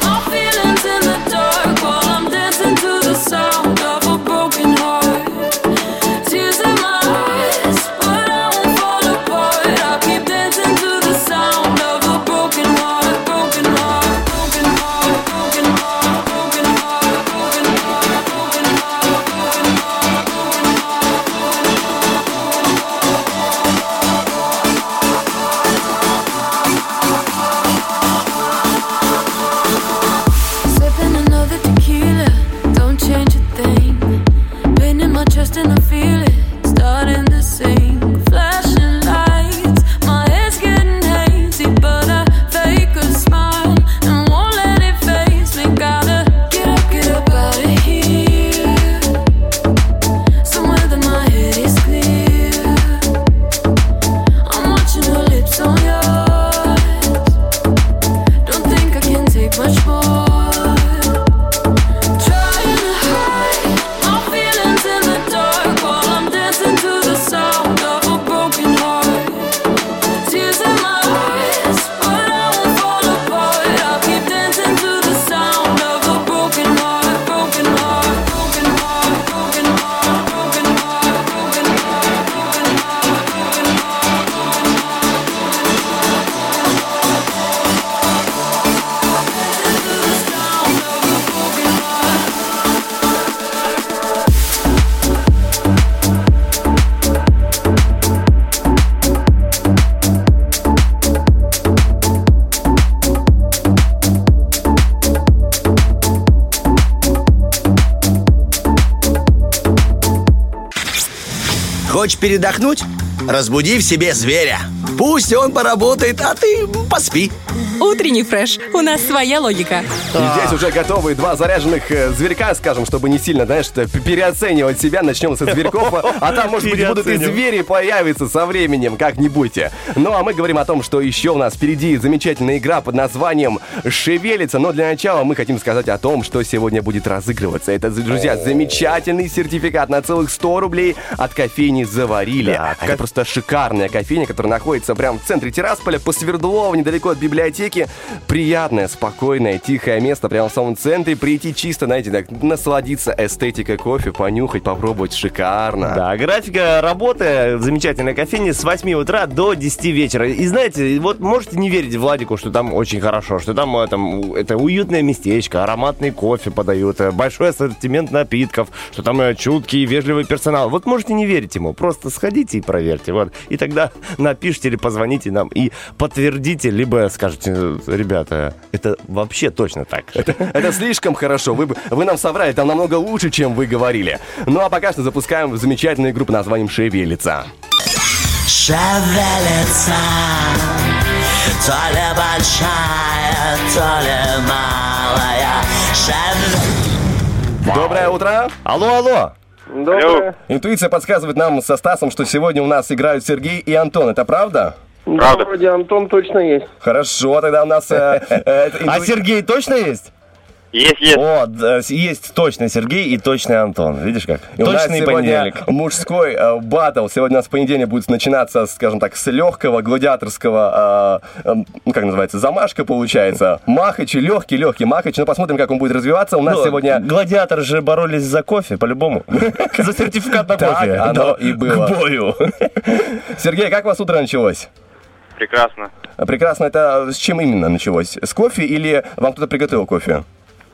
Хочешь передохнуть? Разбуди в себе зверя. Пусть он поработает, а ты поспи. Утренний фреш. У нас своя логика. И здесь уже готовы два заряженных зверька, скажем, чтобы не сильно, знаешь, переоценивать себя. Начнем со зверьков, а там, может быть, будут и звери появятся со временем, как-нибудь. Ну, а мы говорим о том, что еще у нас впереди замечательная игра под названием «Шевелится». Но для начала мы хотим сказать о том, что сегодня будет разыгрываться. Это, друзья, замечательный сертификат на целых 100 рублей от кофейни «Заварили». Да, Это просто шикарная кофейня, которая находится прямо в центре Тирасполя, по Свердлову, недалеко от библиотеки. Приятное, спокойное, тихое место прямо в самом центре. Прийти чисто, знаете, так, насладиться эстетикой кофе, понюхать, попробовать. Шикарно. Да, графика работы замечательной кофейни с 8 утра до 10 вечера. И знаете, вот можете не верить Владику, что там очень хорошо, что там это уютное местечко, ароматный кофе подают, большой ассортимент напитков, что там чуткий и вежливый персонал. Вот можете не верить ему, просто сходите и проверьте. Вот. И тогда напишите или позвоните нам и подтвердите, либо скажете: ребята, это вообще точно так. Это слишком хорошо. Вы нам соврали, там намного лучше, чем вы говорили. Ну а пока что запускаем замечательную игру под названием «Шевелится». Шевелится, то ли большая, то ли малая. Доброе утро. Алло. Доброе. Интуиция подсказывает нам со Стасом, что сегодня у нас играют Сергей и Антон. Это правда? Да, вроде Антон точно есть. Хорошо, тогда у нас... А Сергей точно есть? Есть. О, есть точно Сергей и точный Антон. Видишь как? И у нас Точный сегодня понедельник. мужской баттл. Сегодня у нас понедельник будет начинаться, скажем так, с легкого гладиаторского, как называется, замашка получается. Махач, легкий махач. Ну, посмотрим, как он будет развиваться. У нас сегодня... Гладиаторы же боролись за кофе, по-любому. За сертификат на кофе. Так оно и было. К бою. Сергей, как у вас утро началось? Прекрасно. Прекрасно. Это с чем именно началось? С кофе или вам кто-то приготовил кофе?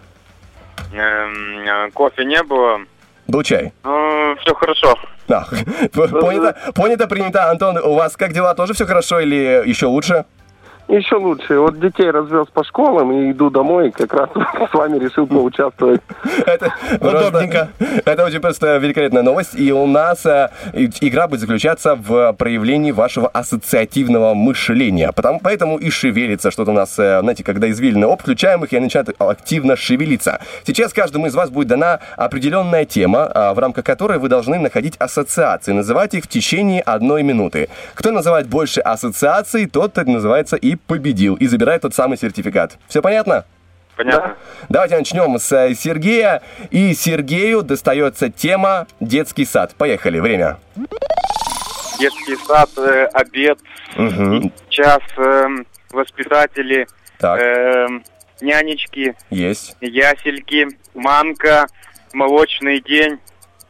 Кофе не было. Был чай? Все хорошо. Понято, принято. Антон, у вас как дела? Тоже все хорошо или еще лучше? Еще лучше. Вот детей развез по школам и иду домой. Как раз с вами решил поучаствовать. Это удобненько. Это очень просто великолепная новость. И у нас игра будет заключаться в проявлении вашего ассоциативного мышления. Поэтому и шевелится что-то у нас, знаете, когда извилины включаем их, и они начинают активно шевелиться. Сейчас каждому из вас будет дана определенная тема, в рамках которой вы должны находить ассоциации. Называть их в течение 1 минуты. Кто называет больше ассоциаций, тот называется и победил, и забирает тот самый сертификат. Все понятно? Понятно. Да. Давайте начнем с Сергея. И Сергею достается тема «Детский сад». Поехали, время. Детский сад, обед, час, воспитатели, нянечки, есть, ясельки, мамка, молочный день,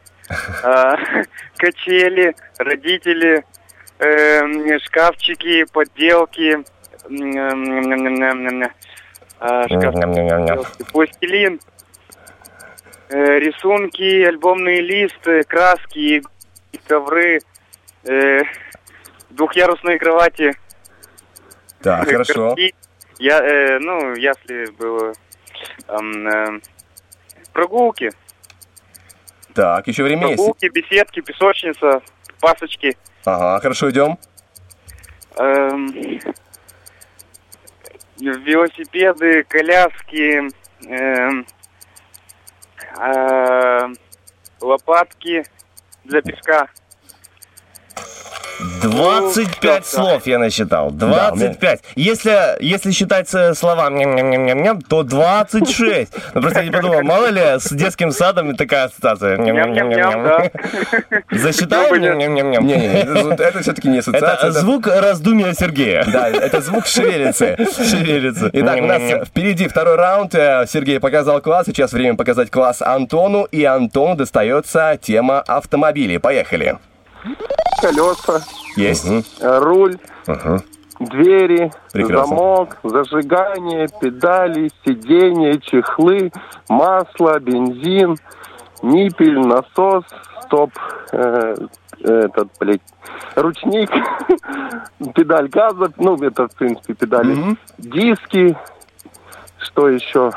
качели, родители, шкафчики, подделки, пластилин, рисунки, альбомные листы, краски, ковры, двухъярусные кровати. Так, хорошо. Ясли было, прогулки. Так, еще время есть. Прогулки, беседки, песочница, пасочки. Ага, хорошо, идем. Велосипеды, коляски, лопатки для песка. 25 слов я насчитал. 25. Если считать слова ням-ням-ням-ням, то 26. Ну, просто я подумал, мало ли, с детским садом такая ассоциация. Ням-ням-ням, Засчитал? Ням-ням-ням. Не, это все-таки не ассоциация. Это звук раздумья Сергея. Да, это звук шевелится. Итак, у нас впереди второй раунд. Сергей показал класс. Сейчас время показать класс Антону. И Антону достается тема автомобилей. Поехали. Колеса. Есть. Руль. Двери. Прекрасно. Замок. Зажигание. Педали. Сиденье. Чехлы. Масло. Бензин. Ниппель. Насос. Стоп. Ручник. Педаль газа. Это, в принципе, педали. Диски. Что еще?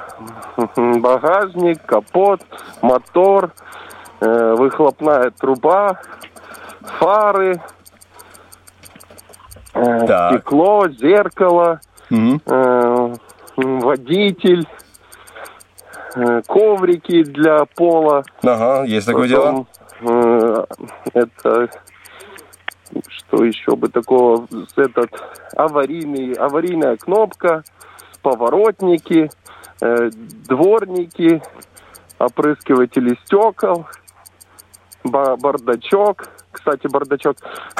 Багажник. Капот. Мотор. Выхлопная труба. фары, стекло, зеркало, водитель, коврики для пола. Ага, есть такое дело. Это что еще бы такого? Аварийная кнопка, поворотники, дворники, опрыскиватели стекол, бардачок. Кстати, бардачок.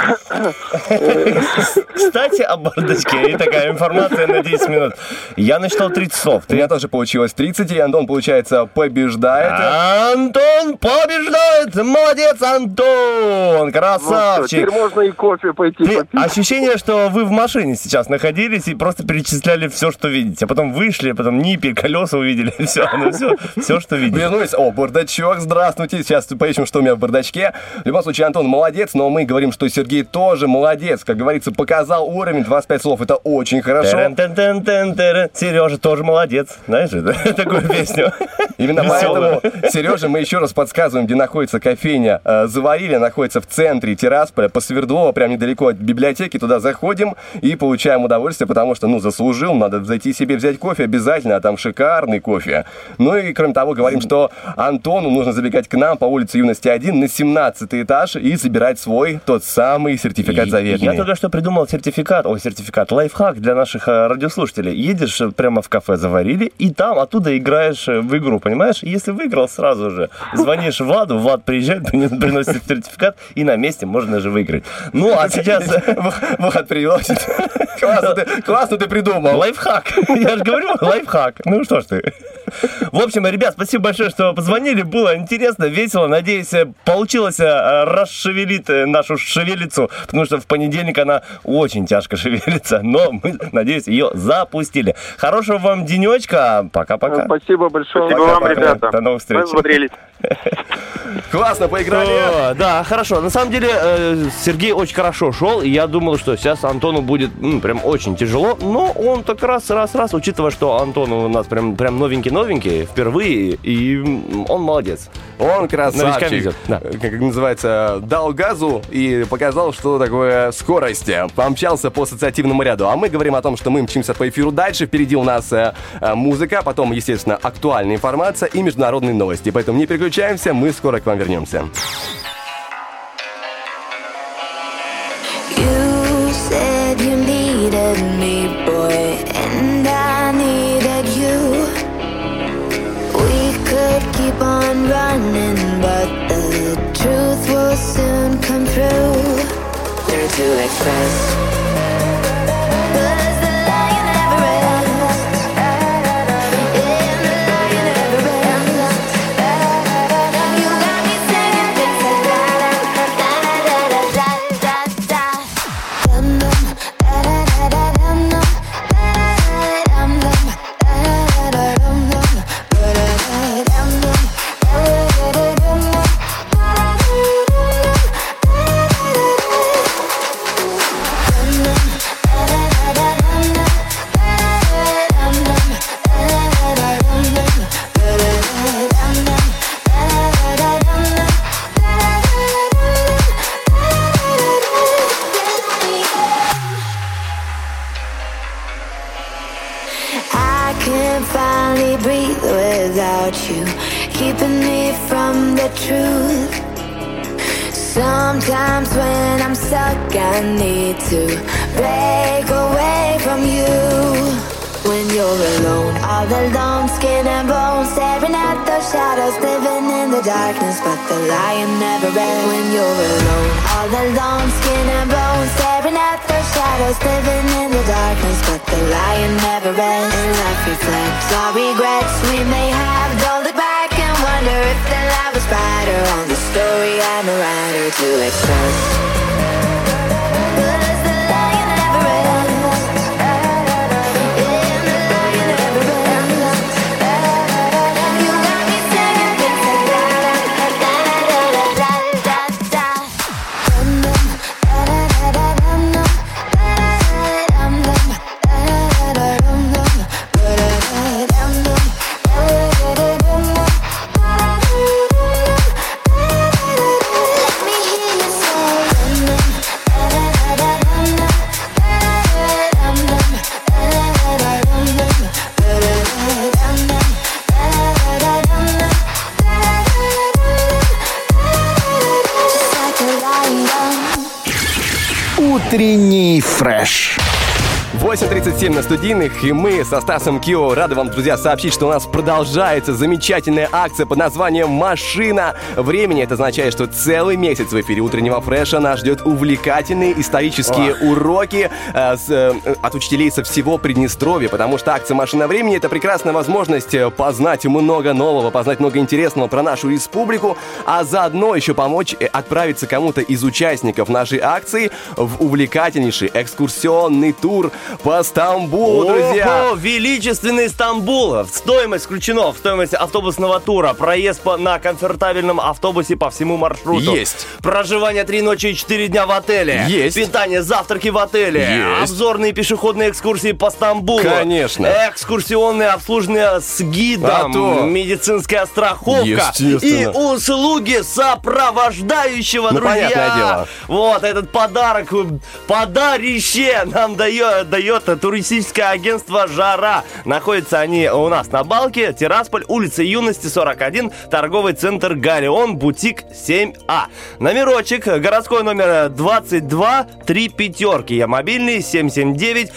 Кстати, о бардачке. И такая информация на 10 минут. Я насчитал 30 слов. У меня тоже получилось 30, и Антон, получается, побеждает. Антон побеждает! Молодец, Антон! Красавчик! Теперь можно и кофе пойти попить. Ощущение, что вы в машине сейчас находились и просто перечисляли все, что видите. А потом вышли, потом ниппель, колеса увидели. Все, что видели. Вернулись. О, бардачок, здравствуйте. Сейчас поищем, что у меня в бардачке. В любом случае, Антон молодец, но мы говорим, что Сергей тоже молодец. Как говорится, показал уровень, 25 слов. Это очень хорошо. Сережа тоже молодец. Знаешь, такую песню. Именно поэтому, Сережа, мы еще раз подсказываем, где находится кофейня «Заварили». Находится в центре Тирасполя, по Свердлова, прям недалеко от библиотеки. Туда заходим и получаем удовольствие, потому что, заслужил, надо зайти себе взять кофе обязательно, а там шикарный кофе. Ну и, кроме того, говорим, что Антону нужно забегать к нам по улице Юности 1 на 17-й этаж и забирать свой тот самый сертификат заветный. Я только что придумал лайфхак для наших радиослушателей. Едешь прямо в кафе «Заварили», и там оттуда играешь в игру, понимаешь? Если выиграл, сразу же звонишь Владу, Влад приезжает, приносит сертификат, и на месте можно же выиграть. Ну, а сейчас Влад приносит. Классно ты придумал. Лайфхак. Я же говорю, лайфхак. Ну что ж ты. В общем, ребят, спасибо большое, что позвонили. Было интересно, весело. Надеюсь, получилось расшевелить нашу шевелицу, потому что в понедельник она очень тяжко шевелится. Но мы, надеюсь, ее запустили. Хорошего вам денечка. Пока-пока. Спасибо большое. Спасибо вам, ребята. До новых встреч. Мы взбодрились. Классно поиграли. Да, хорошо. На самом деле, Сергей очень хорошо шел, и я думал, что сейчас Антону будет прям очень тяжело, но он так раз, учитывая, что Антон у нас прям новенький, впервые, и он молодец. Он красавчик. Да. Как называется, дал газу и показал, что такое скорость. Помчался по ассоциативному ряду. А мы говорим о том, что мы мчимся по эфиру дальше. Впереди у нас музыка, потом, естественно, актуальная информация и международные новости. Поэтому не переключаемся, мы скоро к вам вернемся. You said you needed me, boy, and I needed you. We could keep on running, but the truth will soon come through. Learn to express. Sometimes when I'm stuck, I need to break away from you. When you're alone, all alone, skin and bones, staring at those shadows, living in the darkness, but the lion never ends. When you're alone, all alone, skin and bones, staring at those shadows, living in the darkness, but the lion never ends. And life reflects our regrets we may have. Don't look back and wonder if the light was brighter on the story I'm a writer to express. Let me hear you say Утренний фреш. 8:37 на студийных, и мы со Стасом Кио рады вам, друзья, сообщить, что у нас продолжается замечательная акция под названием «Машина времени». Это означает, что целый месяц в эфире утреннего фреша нас ждет увлекательные исторические уроки от учителей со всего Приднестровья, потому что акция «Машина времени» — это прекрасная возможность познать много нового, познать много интересного про нашу республику, а заодно еще помочь отправиться кому-то из участников нашей акции в увлекательнейший экскурсионный тур по Стамбулу, друзья. Ого, величественный Стамбул. Стоимость включена в стоимость автобусного тура. Проезд на комфортабельном автобусе по всему маршруту. Есть. Проживание 3 ночи и 4 дня в отеле. Есть. Питание, завтраки в отеле. Есть. Обзорные пешеходные экскурсии по Стамбулу. Конечно. Экскурсионные обслуживание с гидом. Медицинская страховка. И услуги сопровождающего, друзья. Понятное дело. Вот этот подарок, подарище нам дает туристическое агентство «Жара». Находятся они у нас на Балке, Тирасполь, улица Юности, 41, торговый центр «Галеон», бутик 7А. Номерочек, городской номер 22, 3 пятерки. Я мобильный, 779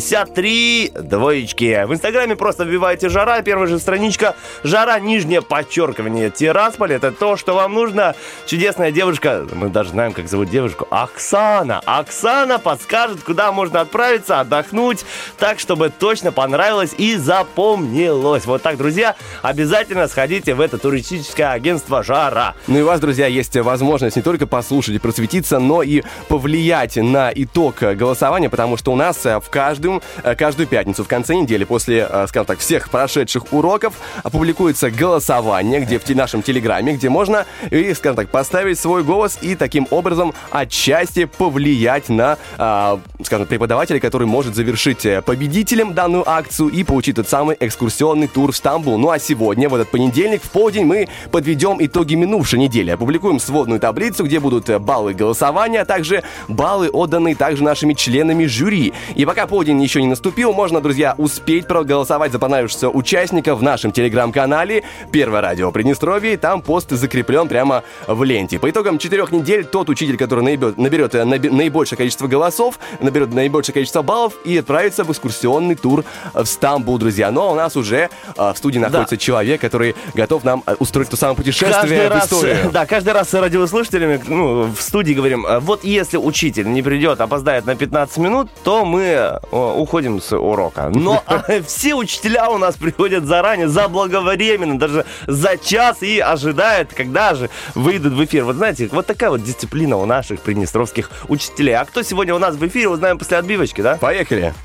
53 двоечки. В инстаграме просто вбивайте «Жара», первая же страничка «Жара», нижнее подчеркивание, Тирасполь. Это то, что вам нужно. Чудесная девушка, мы даже знаем, как зовут девушку, Оксана. Оксана подскажет, куда можно отправиться, отдохнуть, так, чтобы точно понравилось и запомнилось. Вот так, друзья, обязательно сходите в это туристическое агентство «Жара». Ну и у вас, друзья, есть возможность не только послушать и просветиться, но и повлиять на итог голосования, потому что у нас в каждую пятницу в конце недели после, скажем так, всех прошедших уроков опубликуется голосование, где в нашем телеграме, где можно, скажем так, поставить свой голос и таким образом отчасти повлиять на, скажем, преподавателя, который может завершить победителем данную акцию и получить тот самый экскурсионный тур в Стамбул. Ну а сегодня, в этот понедельник, в полдень, мы подведем итоги минувшей недели. Опубликуем сводную таблицу, где будут баллы голосования, а также баллы, отданные также нашими членами жюри. И пока полдень еще не наступил, можно, друзья, успеть проголосовать за понравившегося участника в нашем телеграм-канале «Первое радио Приднестровья». Там пост закреплен прямо в ленте. По итогам 4 недель тот учитель, который наберет наибольшее количество голосов, наберет наибольшее количество баллов и отправится в экскурсионный тур в Стамбул, друзья. Но у нас уже в студии находится человек, который готов нам устроить то самое путешествие в историю. Да, каждый раз с радиослушателями в студии говорим, вот если учитель не придет, опоздает на 15 минут, то мы уходим с урока. Но все учителя у нас приходят заранее, заблаговременно, даже за час и ожидают, когда же выйдут в эфир. Вот знаете, вот такая вот дисциплина у наших приднестровских учителей. А кто сегодня у нас в эфире, узнаем после отбивочки, да? Поехали.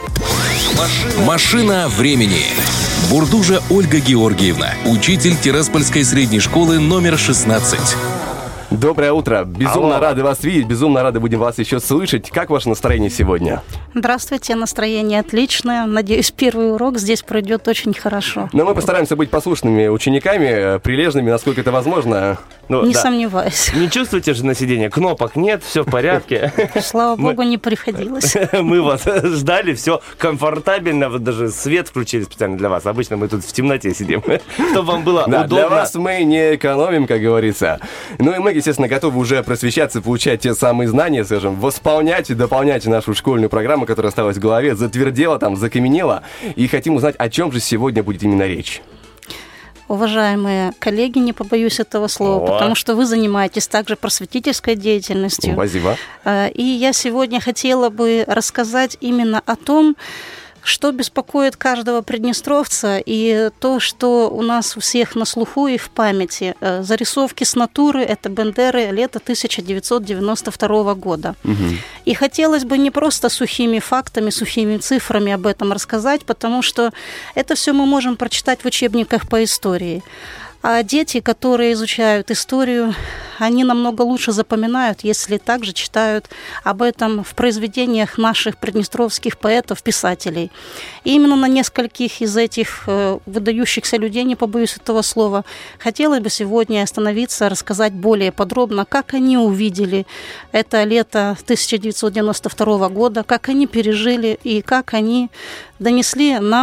Машина времени. Бурдужа Ольга Георгиевна, учитель Тираспольской средней школы номер 16. Доброе утро. Безумно рады вас видеть, безумно рады будем вас еще слышать. Как ваше настроение сегодня? Здравствуйте, настроение отличное. Надеюсь, первый урок здесь пройдет очень хорошо. Но мы постараемся быть послушными учениками, прилежными, насколько это возможно. Не сомневаюсь. Не чувствуете же на сиденье? Кнопок нет, все в порядке. Слава богу, не приходилось. Мы вас ждали, все комфортабельно, вот даже свет включили специально для вас. Обычно мы тут в темноте сидим, чтобы вам было удобно. Для вас мы не экономим, как говорится. Ну и мы, естественно, готовы уже просвещаться, получать те самые знания, скажем, восполнять и дополнять нашу школьную программу, которая осталась в голове, затвердела, там, закаменела. И хотим узнать, о чем же сегодня будет именно речь. Уважаемые коллеги, не побоюсь этого слова, потому что вы занимаетесь также просветительской деятельностью. Спасибо. И я сегодня хотела бы рассказать именно о том, что беспокоит каждого приднестровца, и то, что у нас у всех на слуху и в памяти. Зарисовки с натуры – это Бендеры лета 1992 года. Угу. И хотелось бы не просто сухими фактами, сухими цифрами об этом рассказать, потому что это все мы можем прочитать в учебниках по истории. А дети, которые изучают историю, они намного лучше запоминают, если также читают об этом в произведениях наших приднестровских поэтов, писателей. И именно на нескольких из этих выдающихся людей, не побоюсь этого слова, хотелось бы сегодня остановиться, рассказать более подробно, как они увидели это лето 1992 года, как они пережили и как они донесли нам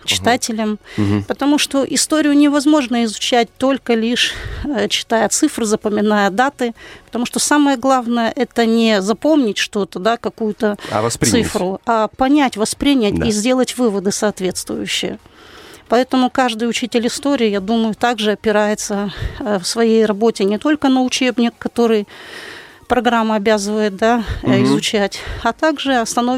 читателям, потому что историю невозможно изучать только лишь читая цифры, запоминая даты, потому что самое главное это не запомнить что-то, да, какую-то цифру, а понять, воспринять и сделать выводы соответствующие. Поэтому каждый учитель истории, я думаю, также опирается в своей работе не только на учебник, который программа обязывает, да, изучать, а также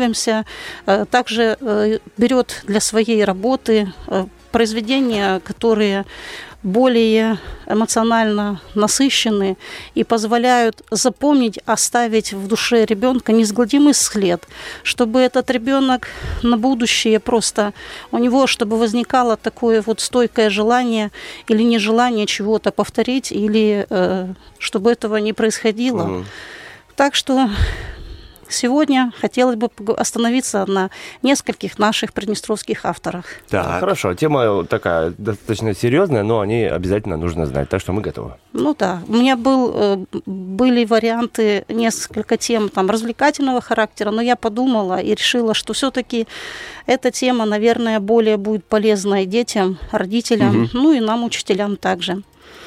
берет для своей работы произведения, которые более эмоционально насыщены и позволяют запомнить, оставить в душе ребенка неизгладимый след, чтобы этот ребенок на будущее просто у него, чтобы возникало такое вот стойкое желание или нежелание чего-то повторить, или чтобы этого не происходило. Так что сегодня хотелось бы остановиться на нескольких наших приднестровских авторах. Да, хорошо. Тема такая достаточно серьезная, но о ней обязательно нужно знать. Так что мы готовы. Ну да. У меня были варианты, несколько тем там, развлекательного характера, но я подумала и решила, что все-таки эта тема, наверное, более будет полезна и детям, родителям, ну и нам, учителям также.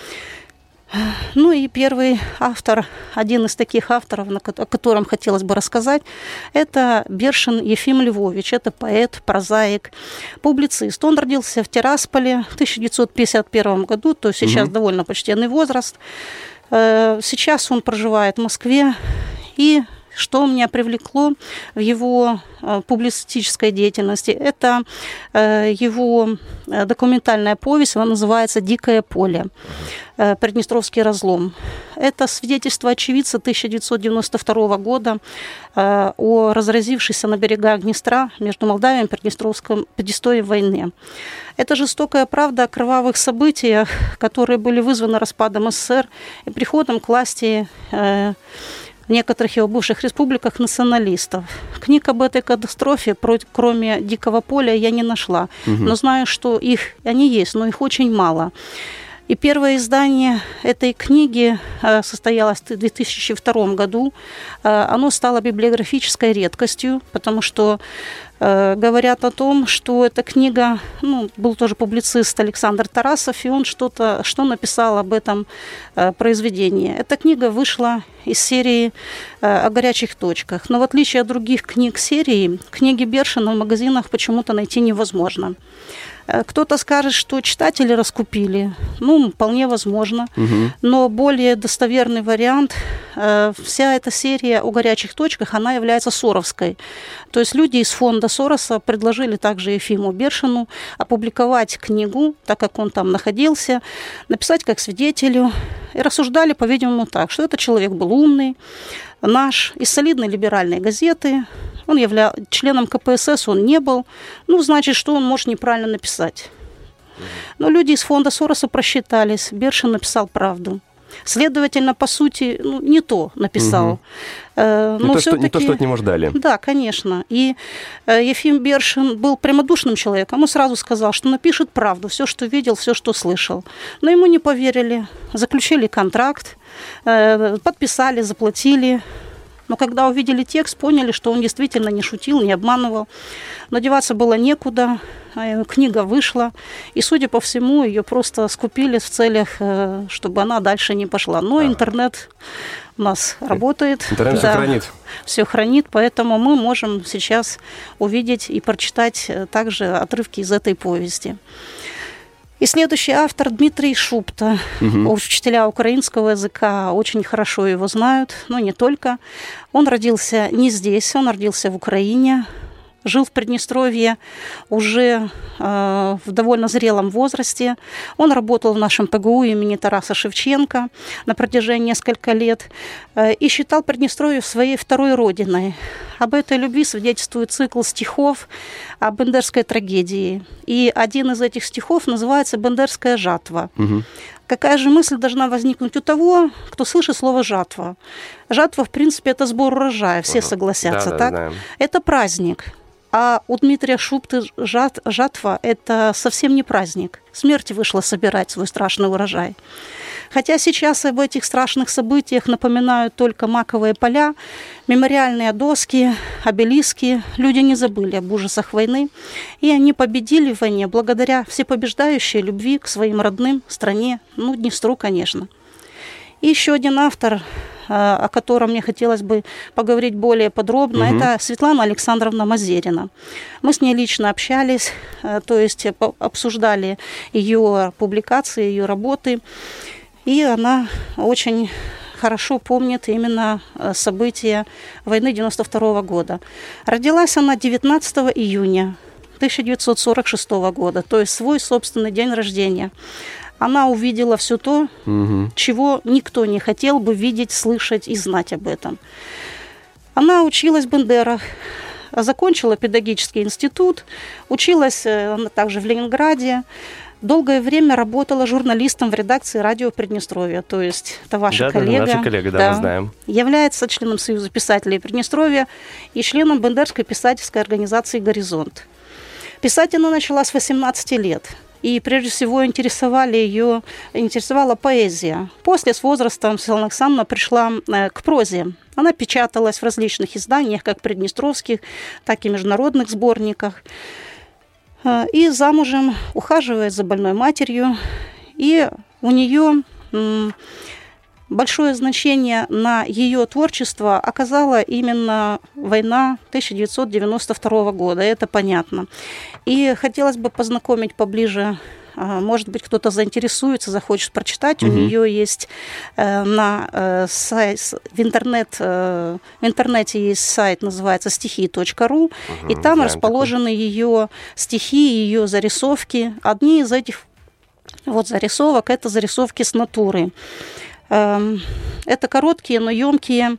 Ну и первый автор, один из таких авторов, о котором хотелось бы рассказать, это Бершин Ефим Львович. Это поэт, прозаик, публицист. Он родился в Тирасполе в 1951 году, то есть сейчас довольно почтенный возраст. Сейчас он проживает в Москве. И что меня привлекло в его публицистической деятельности, это его документальная повесть, она называется «Дикое поле. Приднестровский разлом». Это свидетельство очевидца 1992 года о разразившейся на берегах Днестра между Молдавией и Приднестровьем войне. Это жестокая правда о кровавых событиях, которые были вызваны распадом СССР и приходом к власти в некоторых его бывших республиках националистов. Книг об этой катастрофе, кроме «Дикого поля», я не нашла. Но знаю, что они есть, но их очень мало. И первое издание этой книги состоялось в 2002 году. Оно стало библиографической редкостью, потому что говорят о том, что эта книга, был тоже публицист Александр Тарасов, и он что написал об этом произведении. Эта книга вышла из серии «О горячих точках». Но в отличие от других книг серии, книги Бершина в магазинах почему-то найти невозможно. Кто-то скажет, что читатели раскупили. Вполне возможно. Но более достоверный вариант, вся эта серия «О горячих точках», она является соровской. То есть люди из фонда Сороса предложили также Ефиму Бершину опубликовать книгу, так как он там находился, написать как свидетелю. И рассуждали, по-видимому, так, что этот человек был умный, наш, из солидной либеральной газеты. Он членом КПСС, он не был. Значит, что он может неправильно написать. Но люди из фонда Сороса просчитались. Бершин написал правду. Следовательно, по сути, не то написал. Но не то, что от него ждали. Да, конечно. И Ефим Бершин был прямодушным человеком. Он сразу сказал, что напишет правду, все, что видел, все, что слышал. Но ему не поверили. Заключили контракт, подписали, заплатили. Но когда увидели текст, поняли, что он действительно не шутил, не обманывал. Но деваться было некуда, книга вышла, и, судя по всему, ее просто скупили в целях, чтобы она дальше не пошла. Но интернет у нас работает. Интернет все хранит. Все хранит, поэтому мы можем сейчас увидеть и прочитать также отрывки из этой повести. И следующий автор Дмитрий Шупта. Учителя украинского языка очень хорошо его знают, но не только. Он родился не здесь, он родился в Украине, жил в Приднестровье уже в довольно зрелом возрасте. Он работал в нашем ПГУ имени Тараса Шевченко на протяжении нескольких лет и считал Приднестровье своей второй родиной. Об этой любви свидетельствует цикл стихов о бендерской трагедии. И один из этих стихов называется «Бендерская жатва». Какая же мысль должна возникнуть у того, кто слышит слово «жатва»? Жатва, в принципе, это сбор урожая, все согласятся, так? Да. Это праздник. А у Дмитрия Шупты жатва – это совсем не праздник. Смерть вышла собирать свой страшный урожай. Хотя сейчас об этих страшных событиях напоминают только маковые поля, мемориальные доски, обелиски. Люди не забыли об ужасах войны, и они победили в войне благодаря всепобеждающей любви к своим родным, стране, Днестру, конечно. И еще один автор, о котором мне хотелось бы поговорить более подробно, это Светлана Александровна Мазерина. Мы с ней лично общались, то есть обсуждали ее публикации, ее работы, и она очень хорошо помнит именно события войны 92 года. Родилась она 19 июня 1946 года, то есть свой собственный день рождения. Она увидела все то, чего никто не хотел бы видеть, слышать и знать об этом. Она училась в Бендерах, закончила педагогический институт, училась она также в Ленинграде. Долгое время работала журналистом в редакции радио Приднестровья, то есть это ваша коллега. Да, наша коллега, да, мы знаем. Является членом Союза писателей Приднестровья и членом Бендерской писательской организации «Горизонт». Писать она начала с 18 лет. И прежде всего интересовала поэзия. После с возрастом Светлана Александровна пришла к прозе. Она печаталась в различных изданиях, как приднестровских, так и международных сборниках. И замужем, ухаживает за больной матерью. И у нее большое значение на ее творчество оказала именно война 1992 года, это понятно. И хотелось бы познакомить поближе, может быть, кто-то заинтересуется, захочет прочитать. У нее есть в интернете есть сайт, называется стихи.ру, и там расположены ее стихи, ее зарисовки. Одни из этих зарисовок – это зарисовки с натуры. Это короткие, но емкие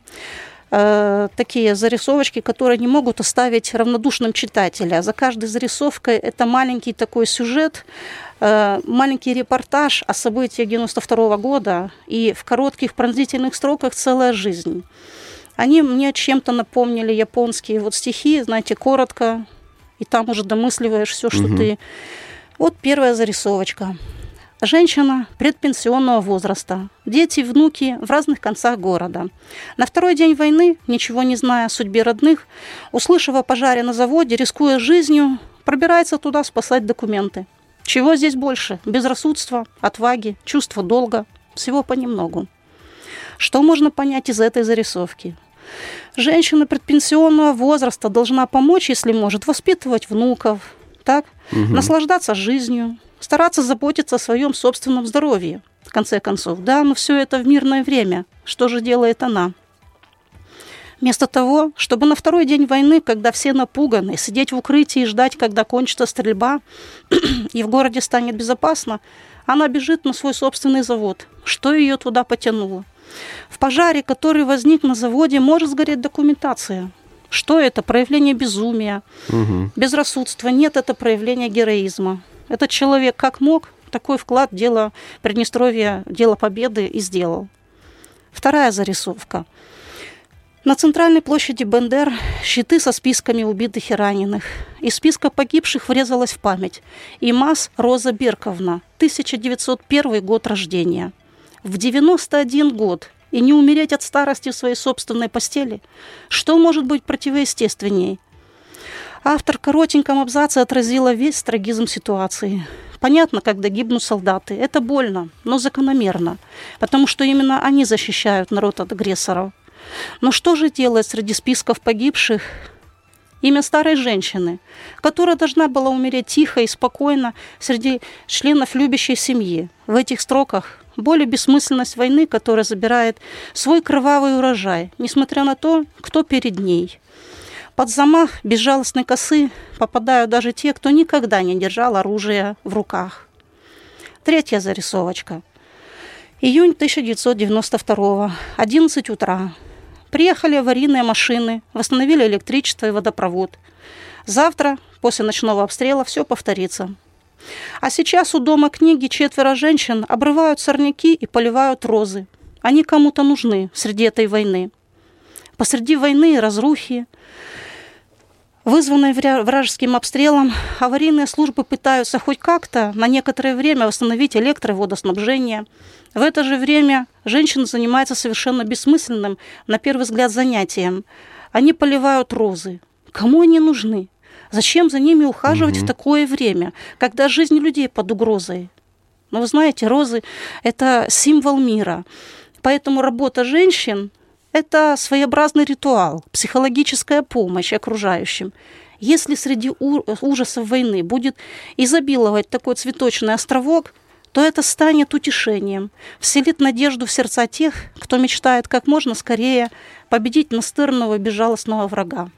такие зарисовочки, которые не могут оставить равнодушным читателя. За каждой зарисовкой это маленький такой сюжет, маленький репортаж о событиях 92 года, и в коротких пронзительных строках целая жизнь. Они мне чем-то напомнили японские стихи, знаете, коротко, и там уже домысливаешь все, что ты... Вот первая зарисовочка. Женщина предпенсионного возраста, дети, внуки в разных концах города. На второй день войны, ничего не зная о судьбе родных, услышав о пожаре на заводе, рискуя жизнью, пробирается туда спасать документы. Чего здесь больше? Безрассудства, отваги, чувства долга, всего понемногу. Что можно понять из этой зарисовки? Женщина предпенсионного возраста должна помочь, если может, воспитывать внуков, так? Наслаждаться жизнью, стараться заботиться о своем собственном здоровье, в конце концов. Да, но все это в мирное время. Что же делает она? Вместо того, чтобы на второй день войны, когда все напуганы, сидеть в укрытии и ждать, когда кончится стрельба, и в городе станет безопасно, она бежит на свой собственный завод. Что ее туда потянуло? В пожаре, который возник на заводе, может сгореть документация. Что это? Проявление безумия, безрассудства. Нет, это проявление героизма. Этот человек как мог, такой вклад в дело Приднестровья, дело победы и сделал. Вторая зарисовка. На центральной площади Бендер щиты со списками убитых и раненых. Из списка погибших врезалась в память Имаз Роза Берковна, 1901 год рождения. В 91 год и не умереть от старости в своей собственной постели. Что может быть противоестественней? Автор в коротеньком абзаце отразила весь трагизм ситуации. Понятно, когда гибнут солдаты. Это больно, но закономерно, потому что именно они защищают народ от агрессоров. Но что же делать среди списков погибших? Имя старой женщины, которая должна была умереть тихо и спокойно среди членов любящей семьи. В этих строках боль и бессмысленность войны, которая забирает свой кровавый урожай, несмотря на то, кто перед ней. Под замах безжалостной косы попадают даже те, кто никогда не держал оружие в руках. Третья зарисовочка. Июнь 1992. 11 утра. Приехали аварийные машины, восстановили электричество и водопровод. Завтра, после ночного обстрела, все повторится. А сейчас у Дома книги 4 женщин обрывают сорняки и поливают розы. Они кому-то нужны среди этой войны. Посреди войны и разрухи вызванной вражеским обстрелом, аварийные службы пытаются хоть как-то на некоторое время восстановить электро- и водоснабжение. В это же время женщины занимаются совершенно бессмысленным, на первый взгляд, занятием. Они поливают розы. Кому они нужны? Зачем за ними ухаживать в такое время, когда жизнь людей под угрозой? Но вы знаете, розы – это символ мира. Поэтому работа женщин – это своеобразный ритуал, психологическая помощь окружающим. Если среди ужасов войны будет изобиловать такой цветочный островок, то это станет утешением, вселит надежду в сердца тех, кто мечтает как можно скорее победить настырного безжалостного врага.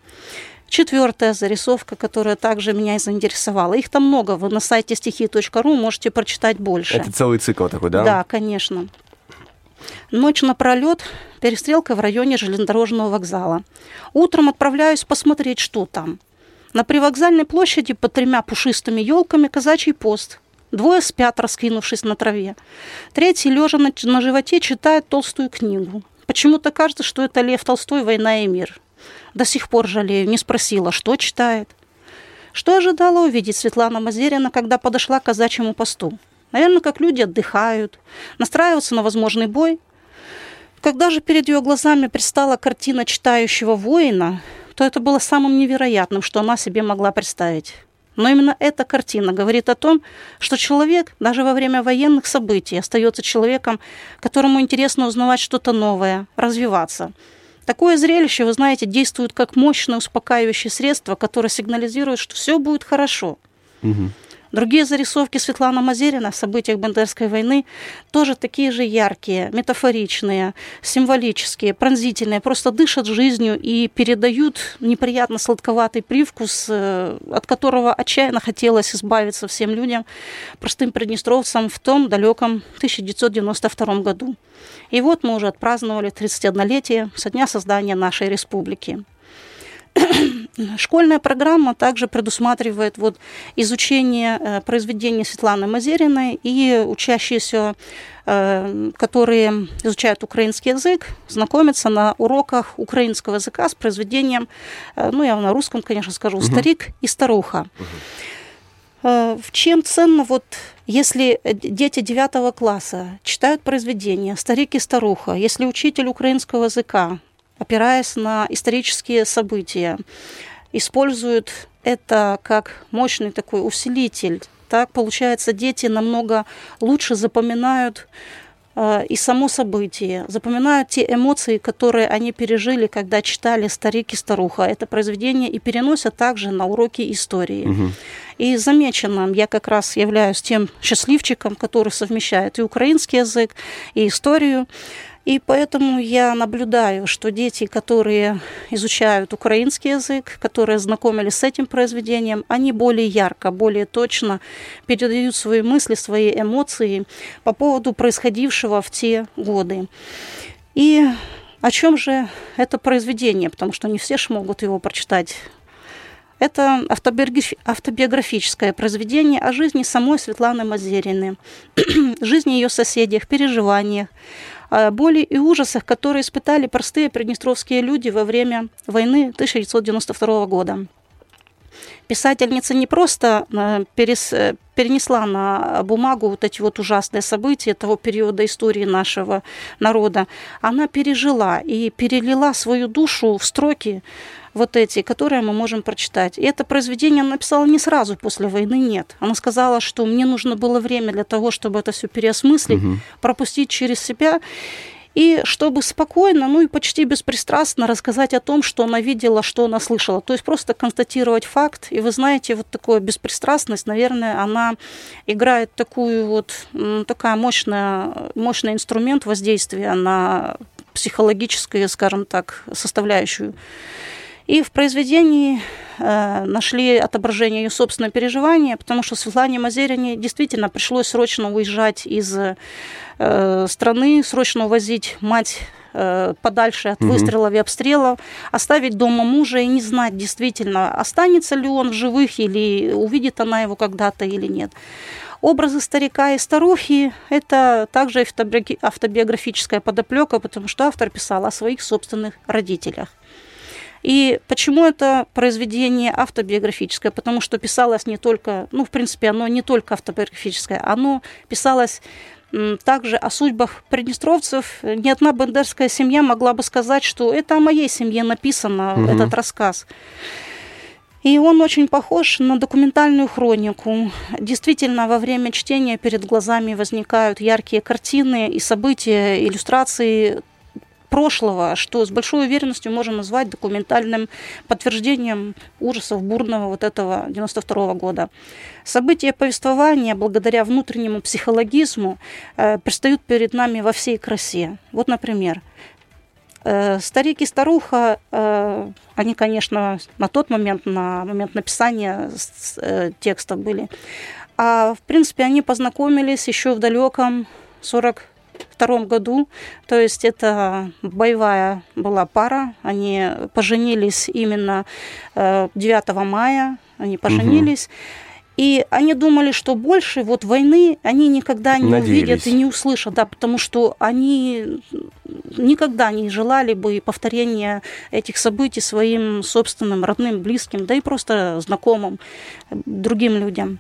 4-я зарисовка, которая также меня и заинтересовала. Их там много, вы на сайте стихи.ру можете прочитать больше. Это целый цикл такой, да? Да, конечно. Ночь напролет, перестрелка в районе железнодорожного вокзала. Утром отправляюсь посмотреть, что там. На привокзальной площади под 3 пушистыми елками казачий пост. 2 спят, раскинувшись на траве. 3-й, лежа на животе, читает толстую книгу. Почему-то кажется, что это Лев Толстой «Война и мир». До сих пор жалею, не спросила, что читает. Что ожидала увидеть Светлана Мазерина, когда подошла к казачьему посту? Наверное, как люди отдыхают, настраиваются на возможный бой. Когда же перед ее глазами предстала картина читающего воина, то это было самым невероятным, что она себе могла представить. Но именно эта картина говорит о том, что человек даже во время военных событий остается человеком, которому интересно узнавать что-то новое, развиваться. Такое зрелище, вы знаете, действует как мощное успокаивающее средство, которое сигнализирует, что все будет хорошо. Другие зарисовки Светланы Мазерина в событиях Бендерской войны тоже такие же яркие, метафоричные, символические, пронзительные, просто дышат жизнью и передают неприятно сладковатый привкус, от которого отчаянно хотелось избавиться всем людям, простым приднестровцам в том далеком 1992 году. И вот мы уже отпраздновали 31-летие со дня создания нашей республики. Школьная программа также предусматривает изучение произведений Светланы Мазериной, и учащиеся, которые изучают украинский язык, знакомятся на уроках украинского языка с произведением, я на русском, конечно, скажу, «Старик и старуха». В чем ценно, если дети 9 класса читают произведения «Старик и старуха», если учитель украинского языка, опираясь на исторические события, используют это как мощный такой усилитель, так, получается, дети намного лучше запоминают и само событие, запоминают те эмоции, которые они пережили, когда читали «Старик и старуха». Это произведение и переносят также на уроки истории. И замечено, я как раз являюсь тем счастливчиком, который совмещает и украинский язык, и историю. И поэтому я наблюдаю, что дети, которые изучают украинский язык, которые знакомились с этим произведением, они более ярко, более точно передают свои мысли, свои эмоции по поводу происходившего в те годы. И о чем же это произведение? Потому что не все ж могут его прочитать. Это автобиографическое произведение о жизни самой Светланы Мазериной, жизни ее соседях, переживаниях, боли и ужасах, которые испытали простые приднестровские люди во время войны 1992 года. Писательница не просто перенесла на бумагу эти ужасные события того периода истории нашего народа, она пережила и перелила свою душу в строки эти, которые мы можем прочитать. И это произведение она написала не сразу после войны, нет. Она сказала, что мне нужно было время для того, чтобы это все переосмыслить, пропустить через себя, и чтобы спокойно, и почти беспристрастно рассказать о том, что она видела, что она слышала. То есть просто констатировать факт. И вы знаете, такая беспристрастность, наверное, она играет такая мощный инструмент воздействия на психологическую, скажем так, составляющую. И в произведении нашли отображение ее собственного переживания, потому что Светлане Мазериной действительно пришлось срочно уезжать из страны, срочно увозить мать подальше от выстрелов и обстрелов, оставить дома мужа и не знать действительно, останется ли он в живых или увидит она его когда-то или нет. Образы старика и старухи – это также автобиографическая подоплека, потому что автор писал о своих собственных родителях. И почему это произведение автобиографическое? Потому что писалось не только, в принципе, оно не только автобиографическое, оно писалось также о судьбах приднестровцев. Ни одна бандерская семья могла бы сказать, что это о моей семье написано, этот рассказ. И он очень похож на документальную хронику. Действительно, во время чтения перед глазами возникают яркие картины и события, иллюстрации прошлого, что с большой уверенностью можно назвать документальным подтверждением ужасов бурного вот этого 92 года. События повествования, благодаря внутреннему психологизму, предстают перед нами во всей красе. Вот, например, старик и старуха, они, конечно, на тот момент, на момент написания текста были, а, в принципе, они познакомились еще в далеком 1942 году, то есть это боевая была пара, они поженились именно 9 мая, они поженились, и они думали, что больше вот войны они никогда не увидят и не услышат, да, потому что они никогда не желали бы повторения этих событий своим собственным родным, близким, да и просто знакомым, другим людям.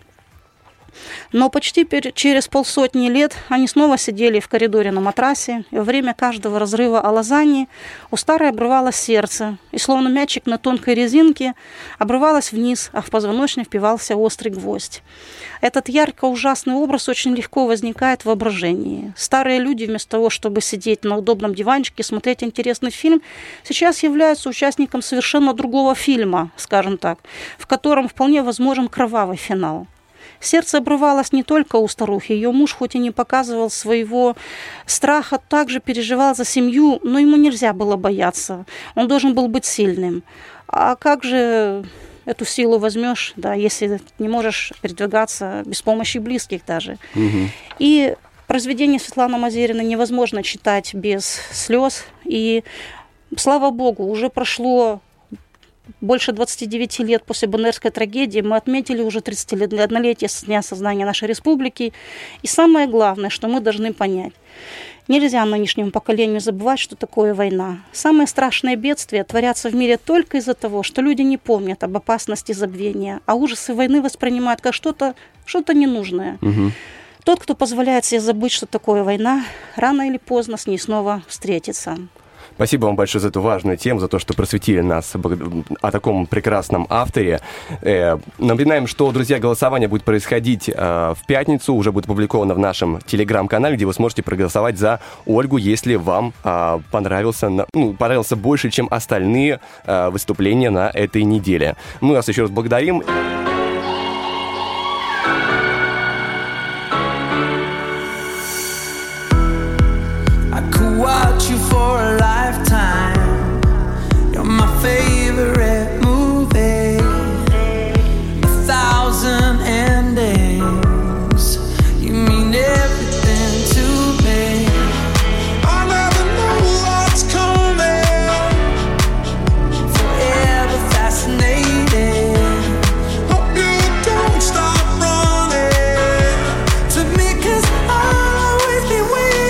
Но почти через 50 лет они снова сидели в коридоре на матрасе, и во время каждого разрыва о лазаньи у старой обрывалось сердце, и словно мячик на тонкой резинке обрывалось вниз, а в позвоночник впивался острый гвоздь. Этот ярко-ужасный образ очень легко возникает в воображении. Старые люди, вместо того, чтобы сидеть на удобном диванчике и смотреть интересный фильм, сейчас являются участником совершенно другого фильма, скажем так, в котором вполне возможен кровавый финал. Сердце обрывалось не только у старухи. Ее муж, хоть и не показывал своего страха, также переживал за семью, но ему нельзя было бояться. Он должен был быть сильным. А как же эту силу возьмешь, да, если не можешь передвигаться без помощи близких даже? И произведение Светланы Мазериной невозможно читать без слез. И, слава богу, уже прошло больше 29 лет после Бандерской трагедии, мы отметили уже 30-летие с дня создания нашей республики. И самое главное, что мы должны понять, нельзя нынешнему поколению забывать, что такое война. Самые страшные бедствия творятся в мире только из-за того, что люди не помнят об опасности забвения, а ужасы войны воспринимают как что-то ненужное. Тот, кто позволяет себе забыть, что такое война, рано или поздно с ней снова встретится. Спасибо вам большое за эту важную тему, за то, что просветили нас о таком прекрасном авторе. Напоминаем, что, друзья, голосование будет происходить в пятницу, уже будет опубликовано в нашем телеграм-канале, где вы сможете проголосовать за Ольгу, если вам понравился больше, чем остальные выступления на этой неделе. Мы вас еще раз благодарим. Watch you for a lifetime. You're my favorite movie. 1,000 endings. You mean everything to me. I never know what's coming. Forever fascinated. Hope you don't stop running to me, 'cause I'll always be waiting.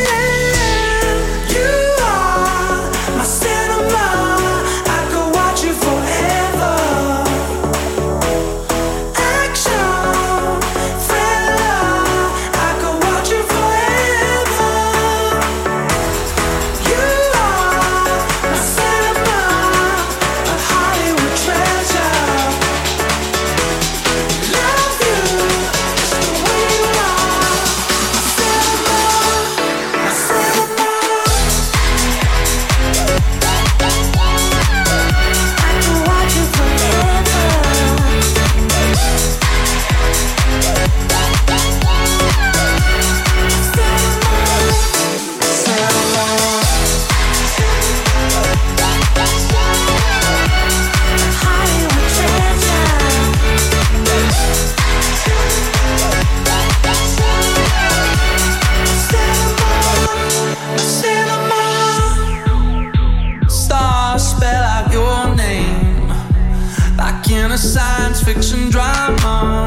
Science fiction drama,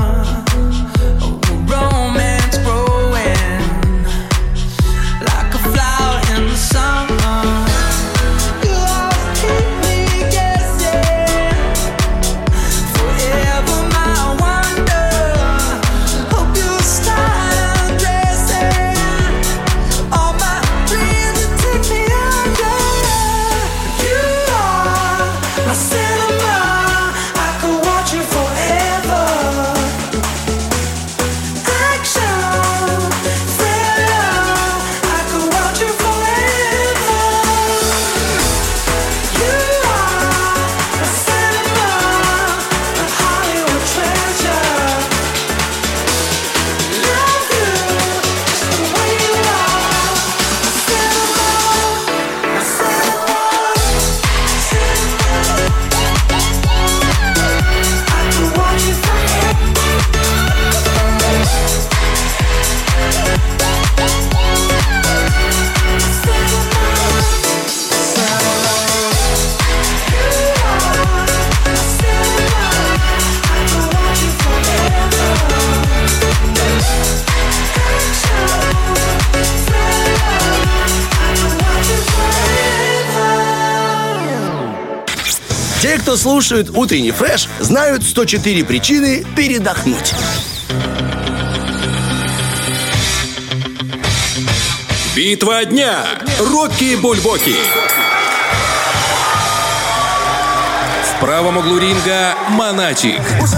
romance growing like a flower in the summer. You always keep me guessing. Те, кто слушают утренний фреш, знают 104 причины передохнуть. Битва дня. Рокки Бульбоки. В правом углу ринга Монатик.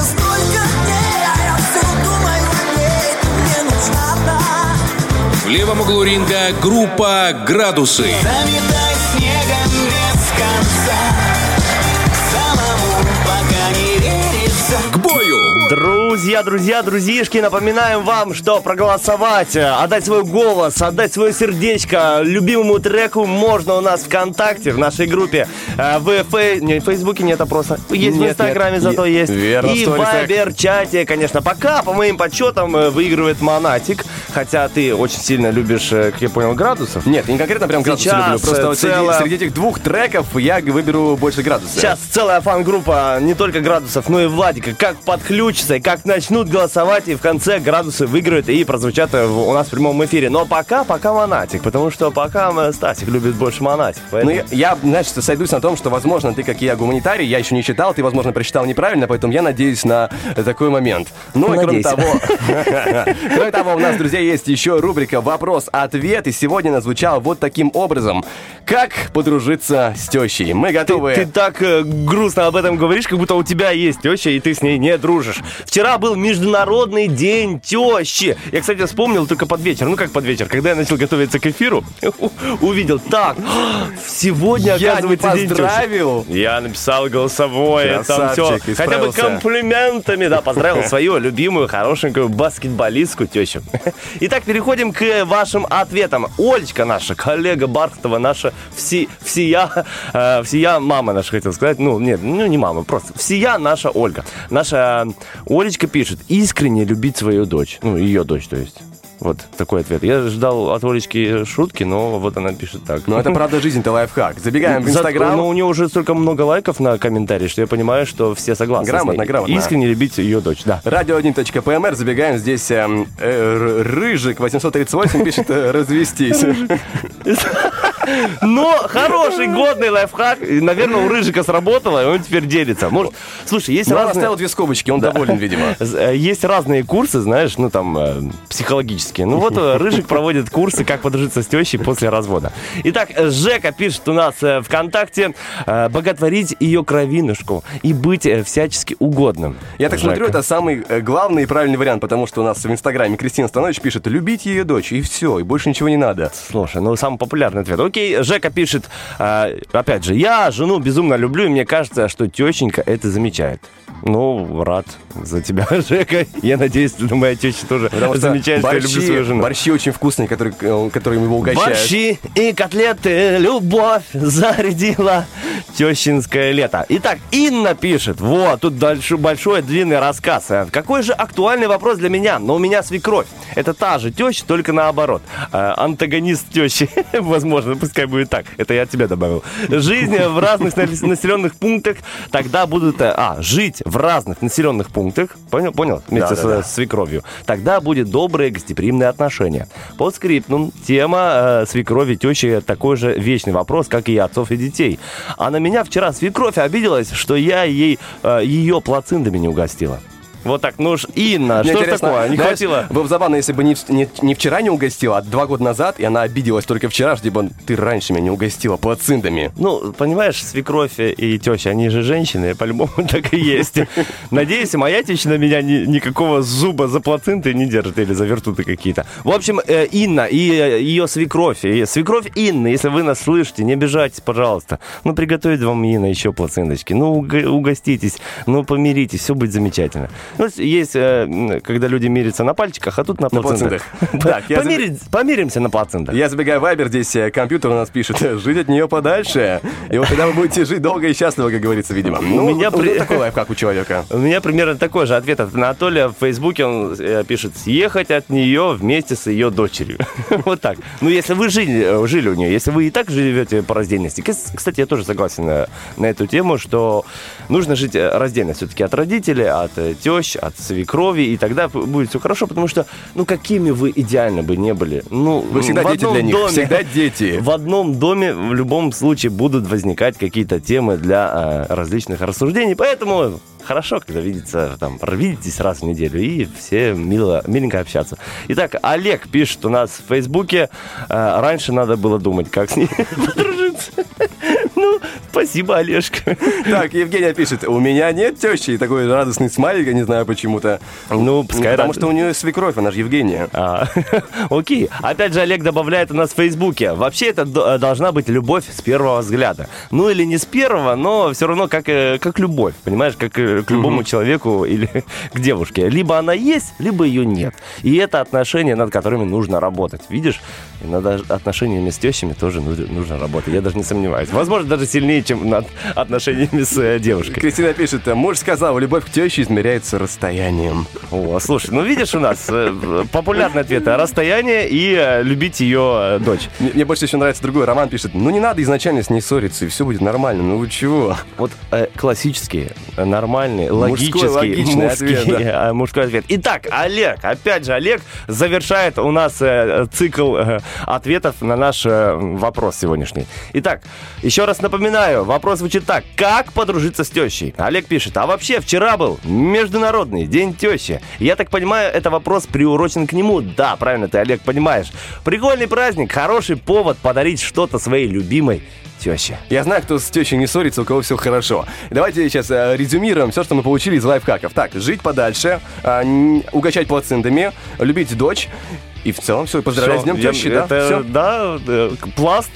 В левом углу ринга группа «Градусы». Заметай снегом без конца, самому пока не верится. К бою! Друзьяшки, напоминаем вам, что проголосовать, отдать свой голос, отдать свое сердечко любимому треку можно у нас ВКонтакте, в нашей группе, в Фейсбуке нет опроса, есть в Инстаграме, зато есть. Верно, и в Вайбер-чате, конечно. Пока, по моим подсчетам, выигрывает Монатик, хотя ты очень сильно любишь, как я понял, градусов. Нет, не конкретно прям градусы люблю, просто вот среди этих двух треков я выберу больше градусов. Сейчас целая фан-группа не только градусов, но и Владика, как подключится и как начнут голосовать, и в конце градусы выиграют и прозвучат у нас в прямом эфире. Но пока Монатик, потому что пока Стасик любит больше Монатик. Поэтому... Ну, я, значит, сойдусь на том, что, возможно, ты, как и я, гуманитарий, я еще не читал, ты, возможно, прочитал неправильно, поэтому я надеюсь на такой момент. Ну, и кроме того, у нас, друзья, есть еще рубрика «Вопрос-ответ», и сегодня она звучала вот таким образом. Как подружиться с тещей? Мы готовы... Ты так грустно об этом говоришь, как будто у тебя есть теща, и ты с ней не дружишь. Вчера был Международный день тещи. Я, кстати, вспомнил только под вечер. Ну, как под вечер? Когда я начал готовиться к эфиру, увидел, так, сегодня, оказывается, день тещи. Я написал голосовое, там все. Хотя бы комплиментами, да, поздравил свою любимую, хорошенькую баскетболистку тещу. Итак, переходим к вашим ответам. Олечка наша, коллега Бархатова, наша всея мама наша, хотел сказать. Ну, нет, не мама, просто всея наша Ольга. Наша Олечка пишет: искренне любить свою дочь. Ну, ее дочь, то есть. Вот такой ответ. Я ждал от Олечки шутки, но вот она пишет так. Ну, это правда жизнь, это лайфхак. Забегаем в Инстаграм. Но у нее уже столько много лайков на комментарии, что я понимаю, что все согласны. Грамотно. Искренне любить ее дочь, да. Radio1.pmr, забегаем. Здесь Рыжик 838 пишет развестись. Но хороший, годный лайфхак. Наверное, у Рыжика сработало, и он теперь делится. Может, слушай, есть разные... Он оставил 2 скобочки, он доволен, видимо. Есть разные курсы, знаешь, ну там, психологические. Ну вот Рыжик проводит курсы, как подружиться с тещей после развода. Итак, Жека пишет у нас ВКонтакте: боготворить ее кровинушку и быть всячески угодным. Я так смотрю, это самый главный и правильный вариант, потому что у нас в Инстаграме Кристина Станович пишет: любить ее дочь, и все, и больше ничего не надо. Слушай, ну самый популярный ответ. Окей, Жека пишет, опять же: я жену безумно люблю, и мне кажется, что тещенька это замечает. Ну, рад за тебя, Жека. Я надеюсь, что моя теща тоже замечает, что я люблю свою жену. Борщи очень вкусные, которыми его угощают. Борщи и котлеты, любовь зарядила тещинское лето. Итак, Инна пишет: вот, тут большой длинный рассказ. Какой же актуальный вопрос для меня? Но у меня свекровь. Это та же теща, только наоборот. Антагонист тещи. Возможно, пускай будет так. Это я от тебя добавил. Жизнь в разных населенных пунктах. Тогда будут... жить в разных населенных пунктах. Понял? Вместе с свекровью. Тогда будет добрые гостеприимные отношения. По скриптум, тема свекрови, тещи такой же вечный вопрос, как и отцов и детей. А на меня вчера свекровь обиделась, что я ей ее плацентами не угостила. Вот так, ну уж, Инна, что ж такое? Не хватило. Было бы забавно, если бы не вчера не угостила, а 2 года назад, и она обиделась только вчера, что типа ты раньше меня не угостила плацентами. Ну, понимаешь, свекровь и теща, они же женщины, по-любому так и есть. Надеюсь, моя теща на меня никакого зуба за плаценты не держит или за вертуты какие-то. В общем, Инна и ее свекровь Инны, если вы нас слышите, не обижайтесь, пожалуйста. Ну, приготовить вам, Инна, еще плаценточки. Ну, угоститесь, ну, помиритесь, все будет замечательно. Ну, есть, когда люди мирятся на пальчиках, а тут на плацентах. Помиримся на плацентах. Я забегаю в Вайбер, здесь компьютер у нас пишет: жить от нее подальше. И вот когда вы будете жить долго и счастливо, как говорится, видимо. Ну, такой лайфхак у человека. У меня примерно такой же ответ от Анатолия. В Фейсбуке он пишет: съехать от нее вместе с ее дочерью. Вот так. Ну, если вы жили у нее, если вы и так живете по раздельности. Кстати, я тоже согласен на эту тему, что нужно жить раздельно все-таки от родителей, от тещи, тещ, от свекрови, и тогда будет все хорошо, потому что, какими вы идеально бы не были, вы всегда дети для них, всегда дети. В одном доме в любом случае будут возникать какие-то темы для различных рассуждений, поэтому хорошо, когда видитесь раз в неделю, и все миленько общаться. Итак, Олег пишет у нас в Фейсбуке, раньше надо было думать, как с ней подружиться. Спасибо, Олежка. Так, Евгения пишет, у меня нет тещи, и такой радостный смайлик, я не знаю почему-то. Пускай потому что у нее свекровь, она же Евгения. Окей. Опять же, Олег добавляет у нас в Фейсбуке. Вообще, это должна быть любовь с первого взгляда. Или не с первого, но все равно как любовь, понимаешь, как к любому человеку или к девушке. Либо она есть, либо ее нет. И это отношения, над которыми нужно работать. Видишь, над отношениями с тещами тоже нужно работать. Я даже не сомневаюсь. Возможно, даже сильнее, чем над отношениями с девушкой. Кристина пишет, муж сказал, любовь к теще измеряется расстоянием. Слушай, видишь, у нас популярный ответ: расстояние и любить ее дочь. Мне больше еще нравится другой. Роман пишет, не надо изначально с ней ссориться, и все будет нормально. Вы чего? Классический, нормальный, логический, мужской ответ. Итак, Олег, опять же, Олег завершает у нас цикл ответов на наш вопрос сегодняшний. Итак, еще раз напоминаю, вопрос звучит так: как подружиться с тещей? Олег пишет, а вообще вчера был Международный день тещи. Я так понимаю, это вопрос приурочен к нему? Да, правильно ты, Олег, понимаешь. Прикольный праздник, хороший повод подарить что-то своей любимой теще. Я знаю, кто с тещей не ссорится, у кого все хорошо. Давайте сейчас резюмируем все, что мы получили из лайфхаков. Так, жить подальше, угощать плацентами, любить дочь. И в целом все, поздравляю с днем тещи, да? Это, да, пласт,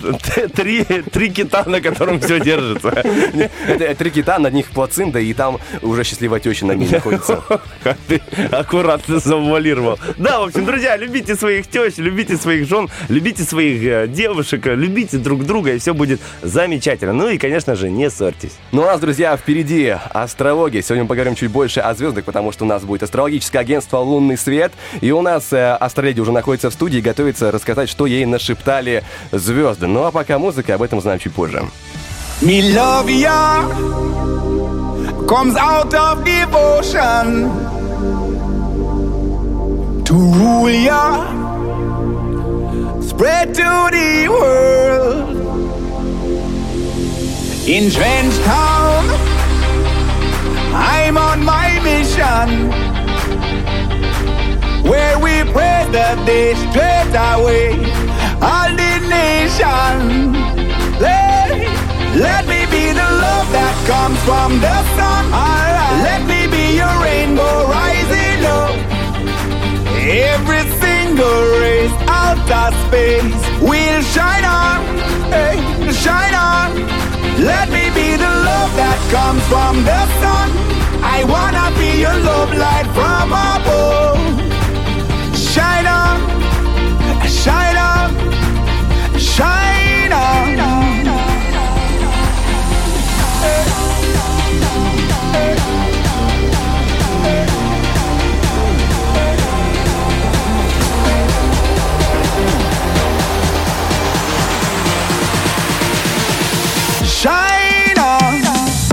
три кита, на котором все держится. Это 3 кита, на них плацента, и там уже счастливая теща на ней находится. Как ты аккуратно завуалировал. Да, в общем, друзья, любите своих тещ, любите своих жен, любите своих девушек, любите друг друга, и все будет замечательно. И, конечно же, не ссорьтесь. У нас, друзья, впереди астрология. Сегодня мы поговорим чуть больше о звездах, потому что у нас будет астрологическое агентство «Лунный свет», и у нас астроледи уже находится в студии и готовится рассказать, что ей нашептали звезды. А пока музыка, об этом знаем чуть позже. Me love ya comes out of devotion to rule ya, spread to the world. In Trench Town, I'm on my mission, where we pray the day straight away, all the nation. Let me be the love that comes from the sun. Let me be your rainbow rising up. Every single race out of space will shine on, shine on. Let me be the love that comes from the sun. I wanna be your love light from above. Shine on, shine on, shine on. Shine on.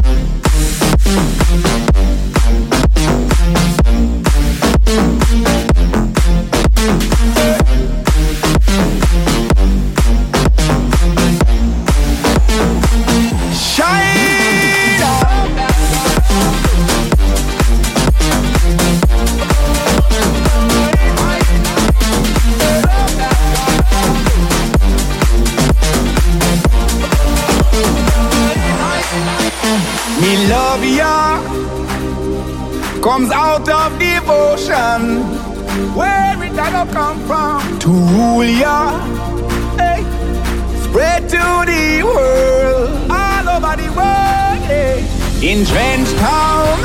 Me love ya comes out of devotion, where it all come from, to rule ya, hey, spread to the world, all over the world, hey. In Trench Town,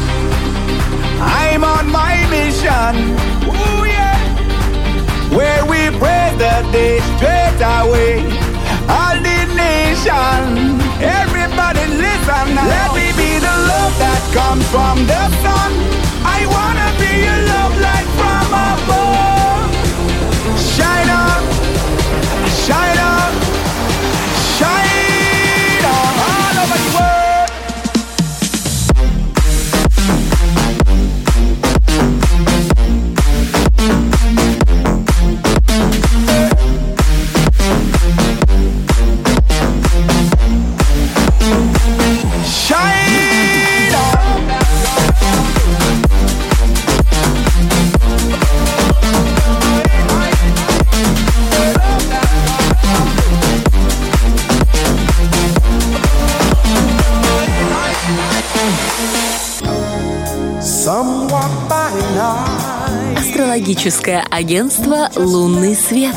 I'm on my mission, ooh yeah, where we pray the day straight away, all the nation. Everybody listen now. Let me be the love that comes from the sun. I wanna be your love light from above. Shine on, shine on, shine on all over the world. Косметологическое агентство «Лунный свет».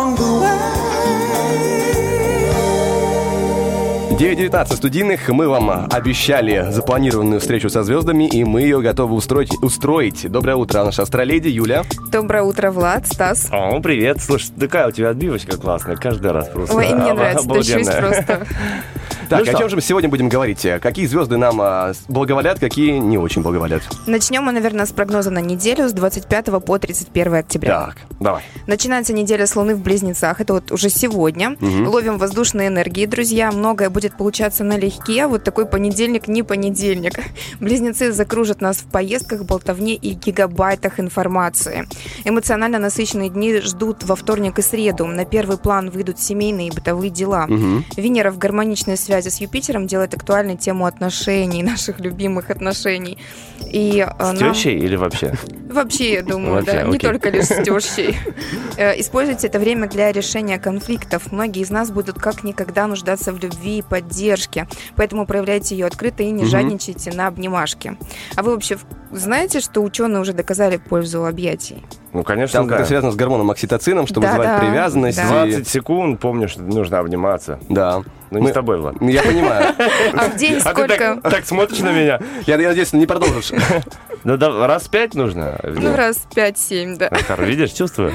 9:19 студийных. Мы вам обещали запланированную встречу со звездами, и мы ее готовы устроить. Доброе утро, наша астроледи Юля. Доброе утро, Влад, Стас. О, привет. Слушай, такая у тебя отбивочка классная, каждый раз просто. Ой, мне нравится, тащусь просто. Так, о чем же мы сегодня будем говорить? Какие звезды нам благоволят, какие не очень благоволят? Начнем мы, наверное, с прогноза на неделю с 25 по 31 октября. Так, давай. Начинается неделя с Луны в Близнецах, это вот уже сегодня. Ловим воздушные энергии, друзья, многое будет получаться налегке. Вот такой понедельник, не понедельник. Близнецы закружат нас в поездках, болтовне и гигабайтах информации. Эмоционально насыщенные дни ждут во вторник и среду. На первый план выйдут семейные и бытовые дела. Венера в гармоничной связи с Юпитером делает актуальной тему отношений, наших любимых отношений. И с тещей или вообще? Вообще, я думаю, вообще, да, окей. не только лишь с тещей. Используйте это время для решения конфликтов. Многие из нас будут как никогда нуждаться в любви и поддержке, поэтому проявляйте ее открыто и не жадничайте на обнимашки. А вы вообще знаете, что ученые уже доказали пользу объятий? Ну, конечно, Там как-то связано с гормоном окситоцином, чтобы вызывать привязанность. 20 секунд, помню, что нужно обниматься. Да. Но не с тобой, Влад. Я понимаю. А в день А ты сколько? так смотришь на меня. Я надеюсь, не продолжишь. Ну, да, раз 5 нужно. Ну, раз 5-7, да. Видишь, чувствую.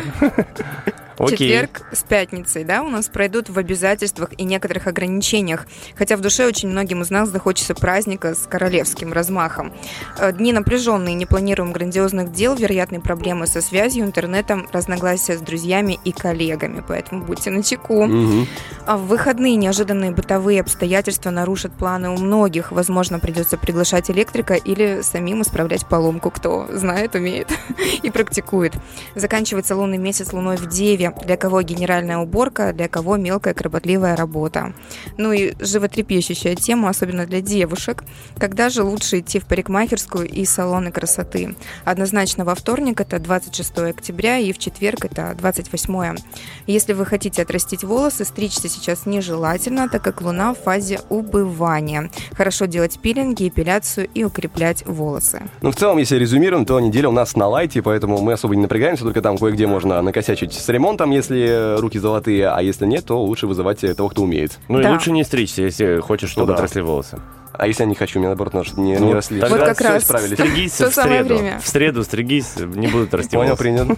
Четверг с пятницей, да, у нас пройдут в обязательствах и некоторых ограничениях, хотя в душе очень многим из нас захочется праздника с королевским размахом. Дни напряженные, не планируем грандиозных дел, вероятные проблемы со связью, интернетом, разногласия с друзьями и коллегами, поэтому будьте начеку. А в выходные неожиданные бытовые обстоятельства нарушат планы у многих, возможно, придется приглашать электрика или самим исправлять поломку, кто знает, умеет и практикует. Заканчивается лунный месяц луной в Деве. Для кого генеральная уборка, для кого мелкая кропотливая работа. Ну и животрепещущая тема, особенно для девушек. Когда же лучше идти в парикмахерскую и салоны красоты? Однозначно во вторник это 26 октября и в четверг это 28. Если вы хотите отрастить волосы, стричься сейчас нежелательно, так как луна в фазе убывания. Хорошо делать пилинги, эпиляцию и укреплять волосы. Ну, в целом, если резюмируем, то неделя у нас на лайте, поэтому мы особо не напрягаемся, только там кое-где можно накосячить с ремонтом, если руки золотые, а если нет, то лучше вызывать того, кто умеет. Ну и лучше не стричься, если хочешь, чтобы отросли волосы. А если я не хочу, мне наоборот, чтобы не росли. Вот как раз стригись в среду. В среду стригись, не будут расти волосы. Понял, принят.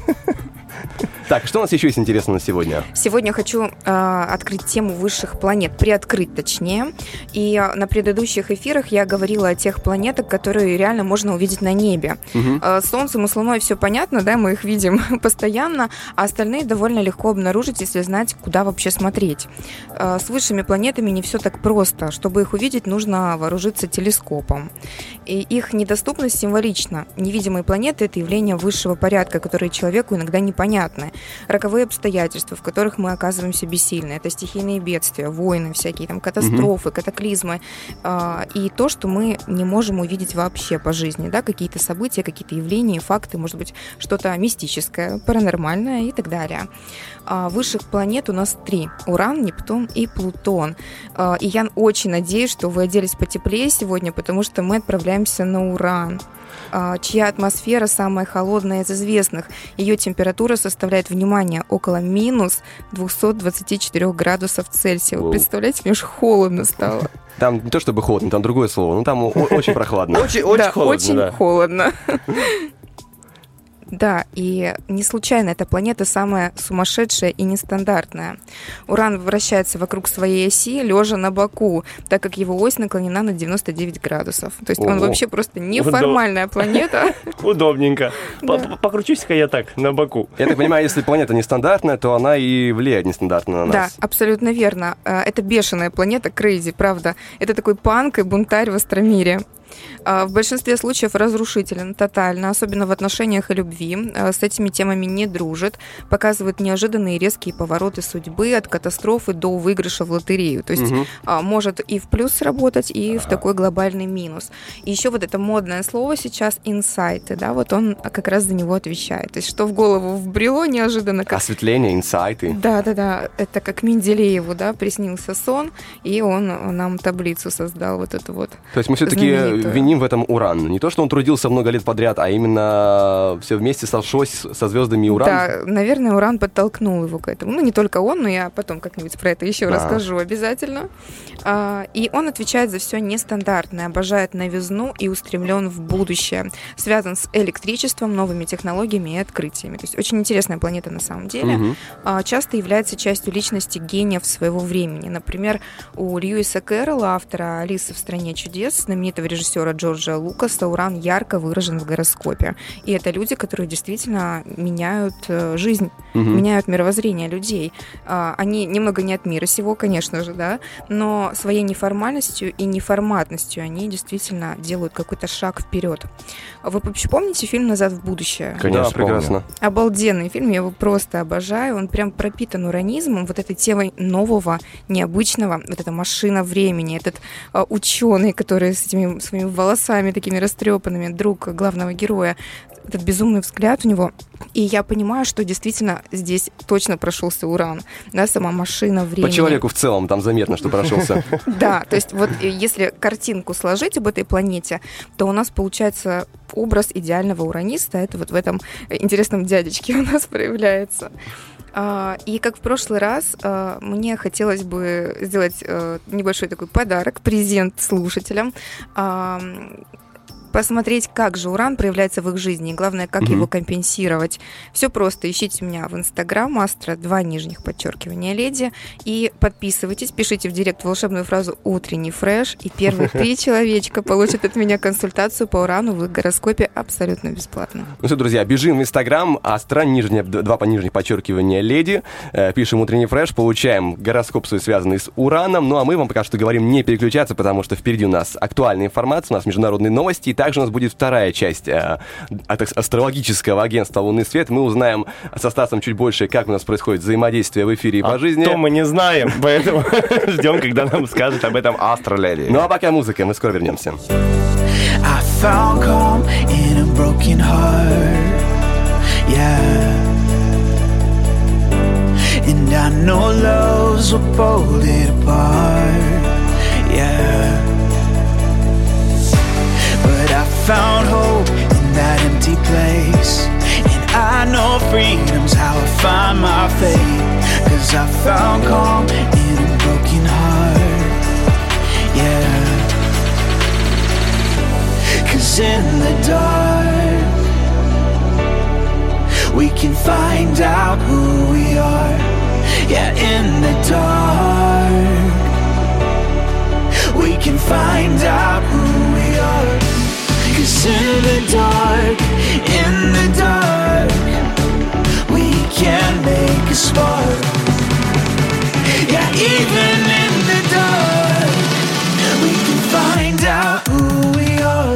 Так, что у нас еще есть интересно на сегодня? Сегодня хочу открыть тему высших планет, приоткрыть точнее. И на предыдущих эфирах я говорила о тех планетах, которые реально можно увидеть на небе. С Солнцем и с Луной все понятно, да, мы их видим постоянно, а остальные довольно легко обнаружить, если знать, куда вообще смотреть. С высшими планетами не все так просто. Чтобы их увидеть, нужно вооружиться телескопом. И их недоступность символична. Невидимые планеты — это явление высшего порядка, которые человеку иногда непонятны. Роковые обстоятельства, в которых мы оказываемся бессильны. Это стихийные бедствия, войны, всякие там катастрофы, катаклизмы. И то, что мы не можем увидеть вообще по жизни. Да? Какие-то события, какие-то явления, факты, может быть, что-то мистическое, паранормальное и так далее. Высших планет у нас 3. Уран, Нептун и Плутон. И я очень надеюсь, что вы оделись потеплее сегодня, потому что мы отправляемся на Уран, чья атмосфера самая холодная из известных. Ее температура составляет, внимание, около минус 224 градусов Цельсия. Вы представляете, мне уж холодно стало. Там не то чтобы холодно, там другое слово, но там очень прохладно. Очень холодно. Очень холодно. Да, и не случайно эта планета самая сумасшедшая и нестандартная. Уран вращается вокруг своей оси, лежа на боку, так как его ось наклонена на 99 градусов. То есть он вообще просто неформальная планета. Удобненько. Покручусь-ка я так, на боку. Я так понимаю, если планета нестандартная, то она и влияет нестандартно на нас. Да, абсолютно верно. Это бешеная планета, крейзи, правда. Это такой панк и бунтарь в Астромире. В большинстве случаев разрушителен, тотально, особенно в отношениях и любви. С этими темами не дружит, показывает неожиданные резкие повороты судьбы от катастрофы до выигрыша в лотерею. То есть может и в плюс сработать, и в такой глобальный минус. И еще вот это модное слово сейчас инсайты, да, вот он как раз за него отвечает. То есть что в голову вбрело неожиданно. Как... Осветление, инсайты. Да, это как Менделееву, да, приснился сон, и он нам таблицу создал вот эту вот. То есть мы все-таки виним в этом Уран? Не то, что он трудился много лет подряд, а именно все вместе сошлось со звездами Уран? Да, наверное, Уран подтолкнул его к этому. Ну, не только он, но я потом как-нибудь про это еще расскажу обязательно. И он отвечает за все нестандартное, обожает новизну и устремлен в будущее. Связан с электричеством, новыми технологиями и открытиями. То есть очень интересная планета на самом деле. Часто является частью личности гениев своего времени. Например, у Льюиса Кэрролла, автора «Алисы в стране чудес», знаменитого режиссера Джорджа Лукаса, Уран ярко выражен в гороскопе. И это люди, которые действительно меняют жизнь, меняют мировоззрение людей. Они немного не от мира сего, конечно же, да, но своей неформальностью и неформатностью они действительно делают какой-то шаг вперед. Вы вообще помните фильм «Назад в будущее»? Конечно, да, прекрасно. Обалденный фильм, я его просто обожаю. Он прям пропитан уранизмом, вот этой темой нового, необычного, вот эта машина времени, этот ученый, который с этими своими волосами такими растрепанными, друг главного героя, этот безумный взгляд у него. И я понимаю, что действительно здесь точно прошелся Уран, да, сама машина времени. По человеку в целом там заметно, что прошелся. Да, то есть вот если картинку сложить об этой планете, то у нас получается образ идеального ураниста. Это вот в этом интересном дядечке у нас проявляется. И как в прошлый раз, мне хотелось бы сделать небольшой такой подарок, презент слушателям, посмотреть, как же Уран проявляется в их жизни, и главное, как его компенсировать. Все просто. Ищите меня в Инстаграм, астро_леди, и подписывайтесь, пишите в директ волшебную фразу «Утренний фреш», и первые 3 человечка получат от меня консультацию по Урану в их гороскопе абсолютно бесплатно. Ну что, друзья, бежим в Инстаграм, астро_леди, пишем «Утренний фреш», получаем гороскоп свой, связанный с Ураном, ну а мы вам пока что говорим не переключаться, потому что впереди у нас актуальная информация, у нас международные новости, и также у нас будет вторая часть от астрологического агентства «Лунный свет». Мы узнаем со Стасом чуть больше, как у нас происходит взаимодействие в эфире и по жизни. То мы не знаем, поэтому ждем, когда нам скажет об этом Астро-леди. Ну а пока музыка, мы скоро вернемся. I found calm in a broken heart, yeah. And I know loves will pull it apart, yeah. But I found hope in that empty place, and I know freedom's how I find my faith. 'Cause I found calm in a broken heart, yeah. 'Cause in the dark we can find out who we are, yeah. In the dark we can find out who we are. 'Cause in the dark, we can make a spark, yeah. Even in the dark, we can find out who we are.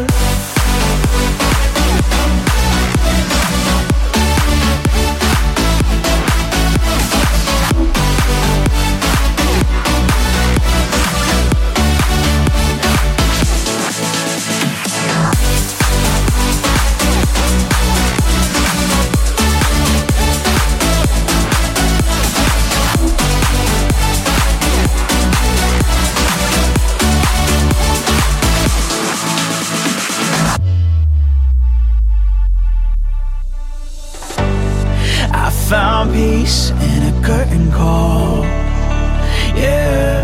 Found peace in a curtain call, yeah.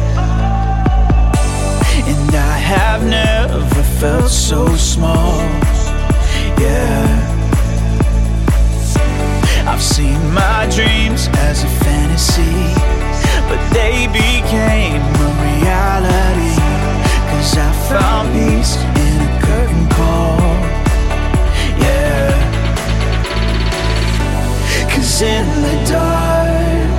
And I have never felt so small, yeah. I've seen my dreams as a fantasy, but they became a reality. 'Cause I found peace in a curtain call, yeah. 'Cause in the dark,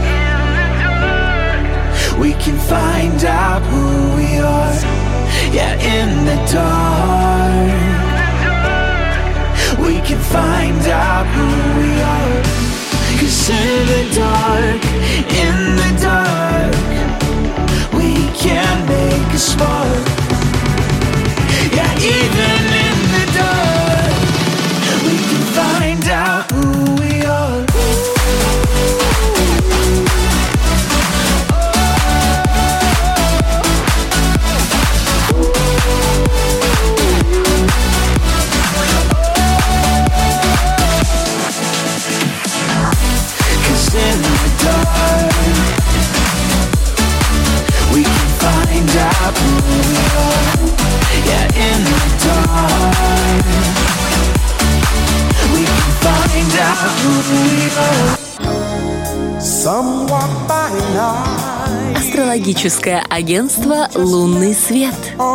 we can find out who we are, yeah. In the dark, we can find out who we are. 'Cause in the dark, we can make a spark, yeah. Even in the dark, we can find out who we are. night. Астрологическое агентство «Лунный свет».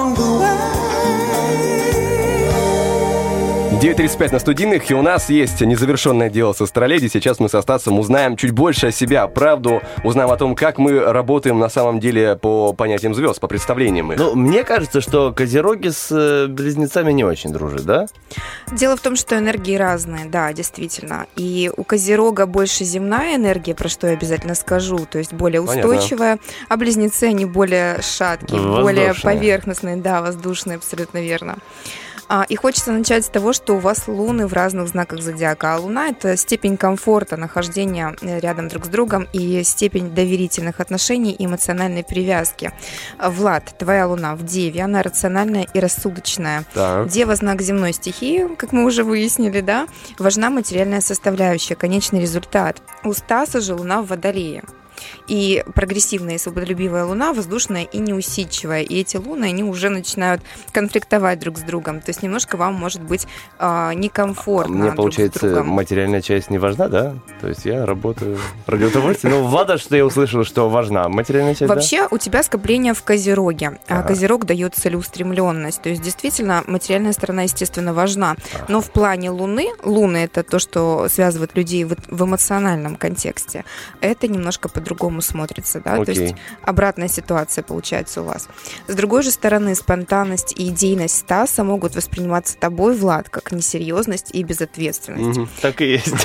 9:35 на студийных, и у нас есть незавершенное дело с астроледи. Сейчас мы со Стасом узнаем чуть больше о себя, правду, узнаем о том, как мы работаем на самом деле по понятиям звезд, по представлениям их. Ну, мне кажется, что козероги с близнецами не очень дружат, да? Дело в том, что энергии разные, да, действительно. И у козерога больше земная энергия, про что я обязательно скажу, то есть более устойчивая, а близнецы, они более шаткие, более поверхностные, да, воздушные, абсолютно верно. И хочется начать с того, что у вас луны в разных знаках зодиака. А луна – это степень комфорта, нахождения рядом друг с другом и степень доверительных отношений и эмоциональной привязки. Влад, твоя луна в Деве, она рациональная и рассудочная. Так. Дева – знак земной стихии, как мы уже выяснили, да? Важна материальная составляющая, конечный результат. У Стаса же луна в Водолее. И прогрессивная и свободолюбивая луна воздушная и неусидчивая. И эти луны, они уже начинают конфликтовать друг с другом. То есть немножко вам может быть некомфортно. Мне, получается, материальная часть не важна, да? То есть я работаю ради удовольствия. Ну, Влада, что я услышал, что важна материальная часть, вообще, да? У тебя скопление в Козероге. Козерог дает целеустремленность. То есть действительно материальная сторона, естественно, важна. Но в плане луны, это то, что связывает людей в эмоциональном контексте, это немножко по-другому смотрится, да, то есть обратная ситуация получается у вас. С другой же стороны, спонтанность и идейность Стаса могут восприниматься тобой, Влад, как несерьезность и безответственность. Так и есть.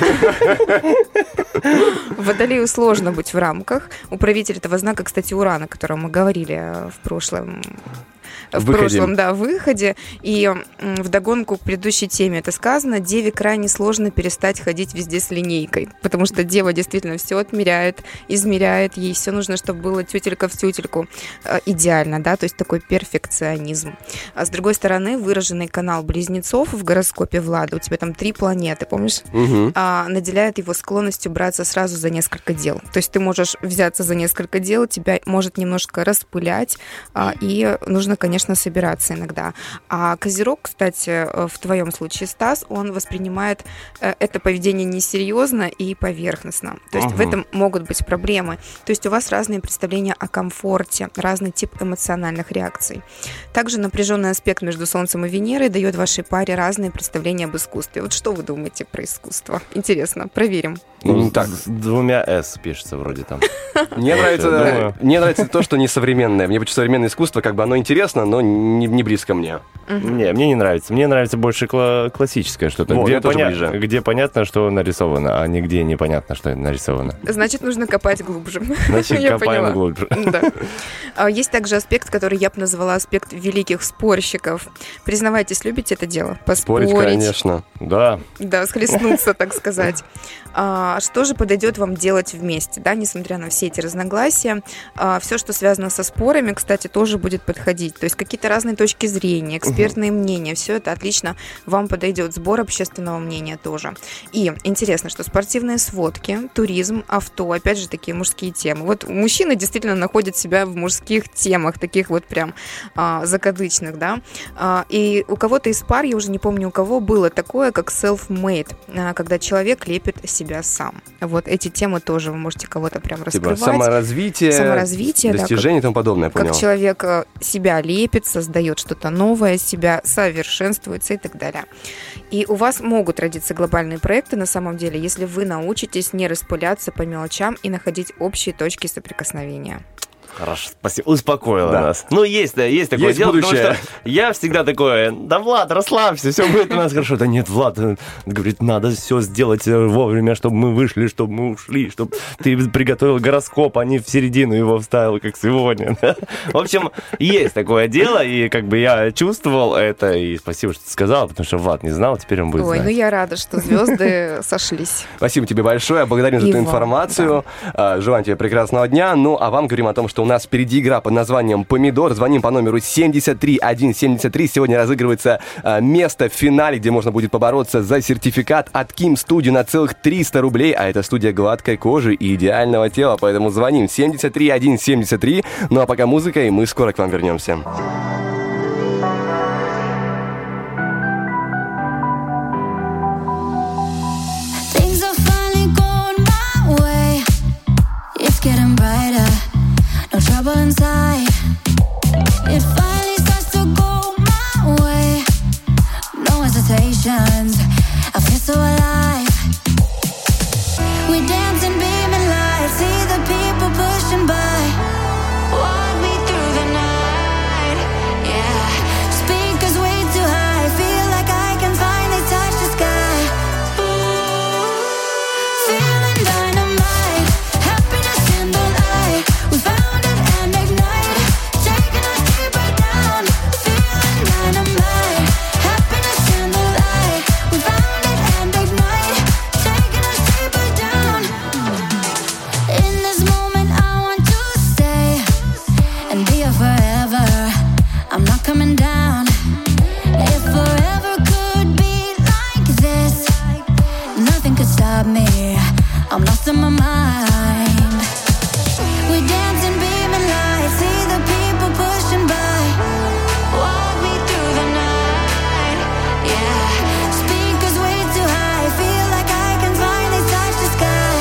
Водолею сложно быть в рамках. Управитель этого знака, кстати, Уран, о котором мы говорили в прошлом выходе. И вдогонку к предыдущей теме это сказано, Деве крайне сложно перестать ходить везде с линейкой, потому что Дева действительно все отмеряет, измеряет, ей все нужно, чтобы было тютелька в тютельку. Идеально, да, то есть такой перфекционизм. А с другой стороны, выраженный канал близнецов в гороскопе Влада, у тебя там 3 планеты, помнишь? Наделяет его склонностью браться сразу за несколько дел. То есть ты можешь взяться за несколько дел, тебя может немножко распылять, и нужно, конечно, собираться иногда. А Козерог, кстати, в твоем случае, Стас, он воспринимает это поведение несерьезно и поверхностно. То есть в этом могут быть проблемы. То есть у вас разные представления о комфорте, разный тип эмоциональных реакций. Также напряженный аспект между Солнцем и Венерой дает вашей паре разные представления об искусстве. Вот что вы думаете про искусство? Интересно, проверим. Так, с 2 «с» пишется вроде там. Мне нравится то, что несовременное. Мне почему современное искусство, как бы оно интересно, но не близко мне. Не, мне не нравится. Мне нравится больше классическое что-то, где понятно, что нарисовано, а нигде непонятно, что нарисовано. Значит, нужно копать глубже. Значит, копаем глубже. Да. Есть также аспект, который я бы назвала аспект великих спорщиков. Признавайтесь, любите это дело? Поспорить? Спорить, конечно. Да. Да, схлестнуться, так сказать. Что же подойдет вам делать вместе, да, несмотря на все эти разногласия? Все, что связано со спорами, кстати, тоже будет подходить. То есть какие-то разные точки зрения, экспертные мнения, все это отлично вам подойдет. Сбор общественного мнения тоже. И интересно, что спортивные сводки, туризм, авто, опять же, такие мужские темы. Вот мужчины действительно находят себя в мужских темах, таких вот прям закадычных, да. И у кого-то из пар, я уже не помню у кого, было такое, как self-made, когда человек лепит себя сам. Вот эти темы тоже вы можете кого-то прям раскрывать. Типа саморазвитие, достижения и тому подобное, понял. Как человек себя лепит, создает что-то новое, себя совершенствуется и так далее. И у вас могут родиться глобальные проекты на самом деле, если вы научитесь не распыляться по мелочам и находить общие точки соприкосновения. Хорошо, спасибо. Успокоила нас. Ну, есть такое дело, будущее. Потому что я всегда такое, да, Влад, расслабься, все будет у нас хорошо. Да нет, Влад говорит, надо все сделать вовремя, чтобы мы вышли, чтобы мы ушли, чтобы ты приготовил гороскоп, а не в середину его вставил, как сегодня. В общем, есть такое дело, и как бы я чувствовал это, и спасибо, что ты сказал, потому что Влад не знал, теперь он будет знать. Ну я рада, что звезды сошлись. Спасибо тебе большое, благодарим за эту информацию. Желаем тебе прекрасного дня. Ну, а вам говорим о том, что у нас впереди игра под названием «Помидор». Звоним по номеру 73173. Сегодня разыгрывается место в финале, где можно будет побороться за сертификат от Kim Studio на целых 300 рублей. А это студия гладкой кожи и идеального тела. Поэтому звоним 73173. Ну а пока музыка, и мы скоро к вам вернемся. Things are finally going my way. It's getting brighter. emotions. I feel so alive. We dance in beaming lights, see the people pushing by. Walk me through the night, yeah. Speakers way too high, feel like I can finally touch the sky. Feeling dynamite, happiness in the light. We found it and ignite, taking us deeper down. Feeling dynamite, happiness in the light. We found it and ignite, taking us deeper down. In this moment I want to stay and be here forever. I'm not coming down. If forever could be like this, nothing could stop me. I'm lost in my mind. We dance in beaming lights, see the people pushing by. Walk me through the night, yeah. Speakers way too high, feel like I can finally touch the sky.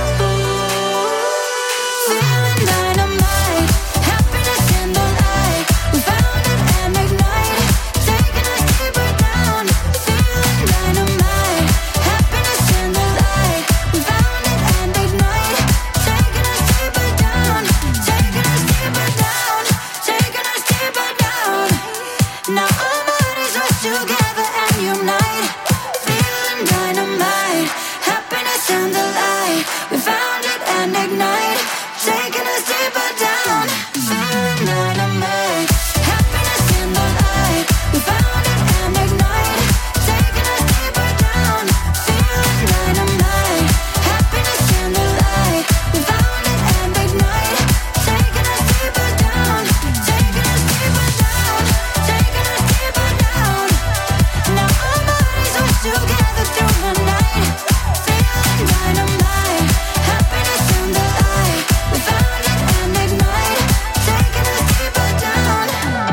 Feeling dynamite, happiness in the light. We found it and ignite, taking us deeper down. Feeling dynamite, happiness in the light. We found it and ignite, taking us deeper down. Taking us deeper down, taking us deeper down. Now our bodies rush together and unite. Feeling dynamite, happiness in the light. We found it and ignite, taking us deeper down. Feeling dynamite, happiness in the light. We found it and ignite, taking us deeper down. Feeling dynamite, happiness in the light. We found it and ignite, taking us deeper down. Taking us deeper down, taking us deeper down. Now our bodies rush together through the night. Feeling dynamite, happiness in the light. We found it and ignite, taking us deeper down.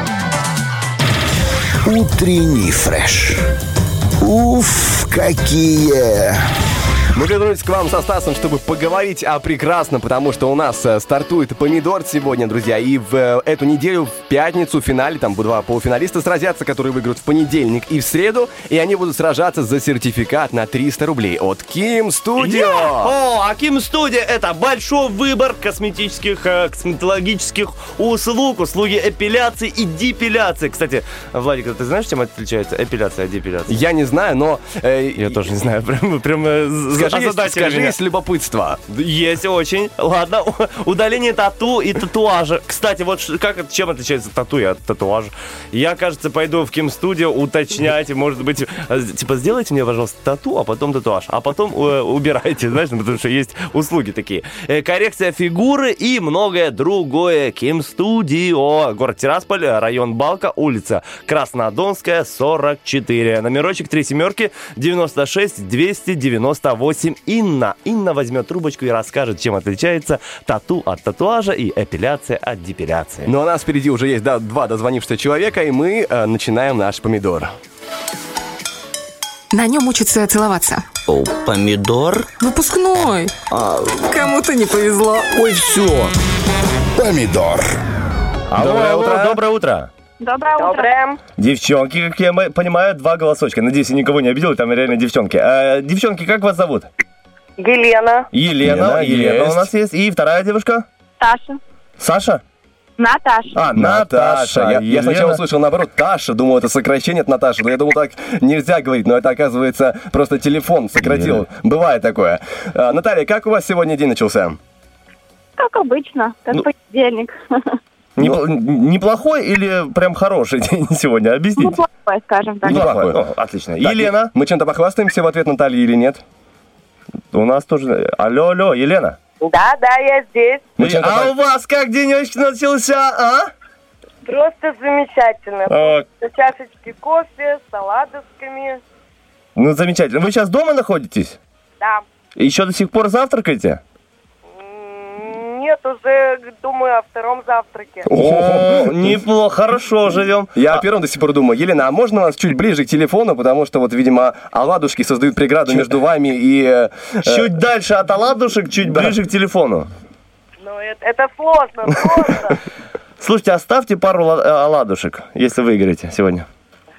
Утренний фреш. Уф, какие! Мы вернулись к вам со Стасом, чтобы поговорить о прекрасном, потому что у нас стартует помидор сегодня, друзья. И в эту неделю, в пятницу, в финале, там два полуфиналиста сразятся, которые выиграют в понедельник и в среду. И они будут сражаться за сертификат на 300 рублей от Kim Studio. О, а Kim Studio — это большой выбор косметологических услуг, услуги эпиляции и депиляции. Кстати, Владик, ты знаешь, чем отличается эпиляция от депиляции? Я не знаю, но... Я тоже не знаю, прям Скажи, есть любопытство. Есть очень. Ладно, удаление тату и татуажа. Кстати, вот чем отличается тату и от татуажа? Я, кажется, пойду в Kim Studio уточнять. Может быть, типа, сделайте мне, пожалуйста, тату, а потом татуаж. А потом убирайте, знаешь, потому что есть услуги такие. Коррекция фигуры и многое другое. Kim Studio. Город Тирасполь, район Балка, улица Краснодонская, 44. Номерочек 37 96 298. Инна возьмет трубочку и расскажет, чем отличается тату от татуажа и эпиляция от депиляции. Но у нас впереди уже есть два дозвонившихся человека, и мы начинаем наш помидор. На нем учатся целоваться. О, помидор? Выпускной. Кому-то не повезло. Ой, все. Помидор. Доброе утро. Доброе утро. Девчонки, как я понимаю, 2 голосочка. Надеюсь, я никого не обидел, там реально девчонки. Девчонки, как вас зовут? Елена. Елена у нас есть. И вторая девушка? Таша. Саша? Наташа. Наташа. Я сначала услышал, наоборот, Таша. Думал, это сокращение от Наташи. Но я думал, так нельзя говорить. Но это, оказывается, просто телефон сократил. Бывает такое. Наталья, как у вас сегодня день начался? Как обычно, как понедельник. Неплохой или прям хороший день сегодня? Объясните. Неплохой, скажем так. Неплохой. Отлично. Так, Елена? Мы чем-то похвастаемся в ответ Натальи или нет? У нас тоже... Алло, Елена? Да, я здесь. У вас как денечек начался, а? Просто замечательно. С чашечки кофе, с оладушками. Ну, замечательно. Вы сейчас дома находитесь? Да. Еще до сих пор завтракаете? Нет, уже думаю о втором завтраке. О, неплохо, хорошо живем. Я о первом до сих пор думаю. Елена, а можно нас чуть ближе к телефону, потому что вот, видимо, оладушки создают преграду между вами и... Чуть дальше от оладушек, чуть ближе к телефону. Ну, это сложно. Слушайте, оставьте пару оладушек, если выиграете сегодня.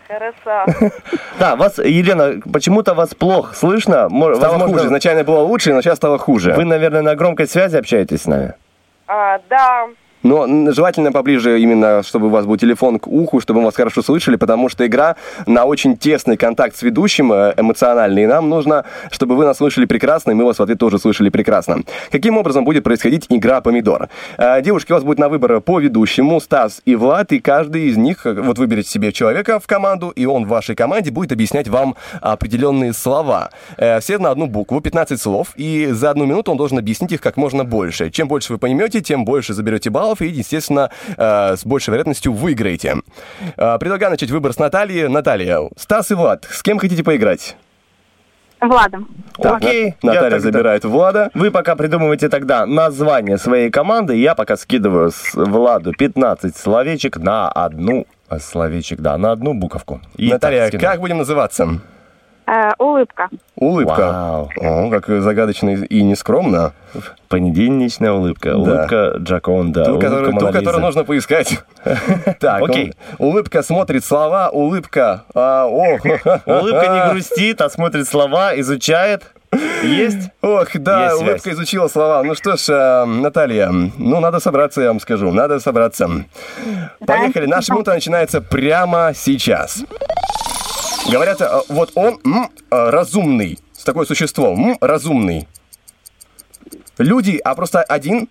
Хорошо. Да, вас, Елена, почему-то вас плохо слышно. Стало хуже. Изначально было лучше, но сейчас стало хуже. Вы, наверное, на громкой связи общаетесь с нами? Да. Но желательно поближе именно, чтобы у вас был телефон к уху, чтобы мы вас хорошо слышали, потому что игра на очень тесный контакт с ведущим, эмоциональный. И нам нужно, чтобы вы нас слышали прекрасно, и мы вас в ответ тоже слышали прекрасно. Каким образом будет происходить игра «Помидор»? Девушки, у вас будет на выбор по ведущему Стас и Влад, и каждый из них, вот выберете себе человека в команду, и он в вашей команде будет объяснять вам определенные слова. Все на одну букву, 15 слов, и за 1 минуту он должен объяснить их как можно больше. Чем больше вы поймете, тем больше заберете баллов, и, естественно, с большей вероятностью выиграете. Предлагаю начать выбор с Натальи. Наталья, Стас и Влад, с кем хотите поиграть? Владом. Окей. Наталья забирает Влада. Вы пока придумываете тогда название своей команды, я пока скидываю Владу 15 словечек на одну буковку. И Наталья, как будем называться? Улыбка. Улыбка. Вау. О, как загадочно и нескромно. Понедельничная улыбка. Да. Улыбка Джаконда. Ту, улыбка которую нужно поискать. Так, окей. Улыбка смотрит слова, улыбка. Улыбка не грустит, а смотрит слова, изучает. Есть? Ох, да, Есть улыбка связь. изучила слова. Ну что ж, Наталья, надо собраться, я вам скажу. Надо собраться. Поехали. Наша минута начинается прямо сейчас. Говорят, вот он разумный. Такое существо. Разумный. Люди, а просто один.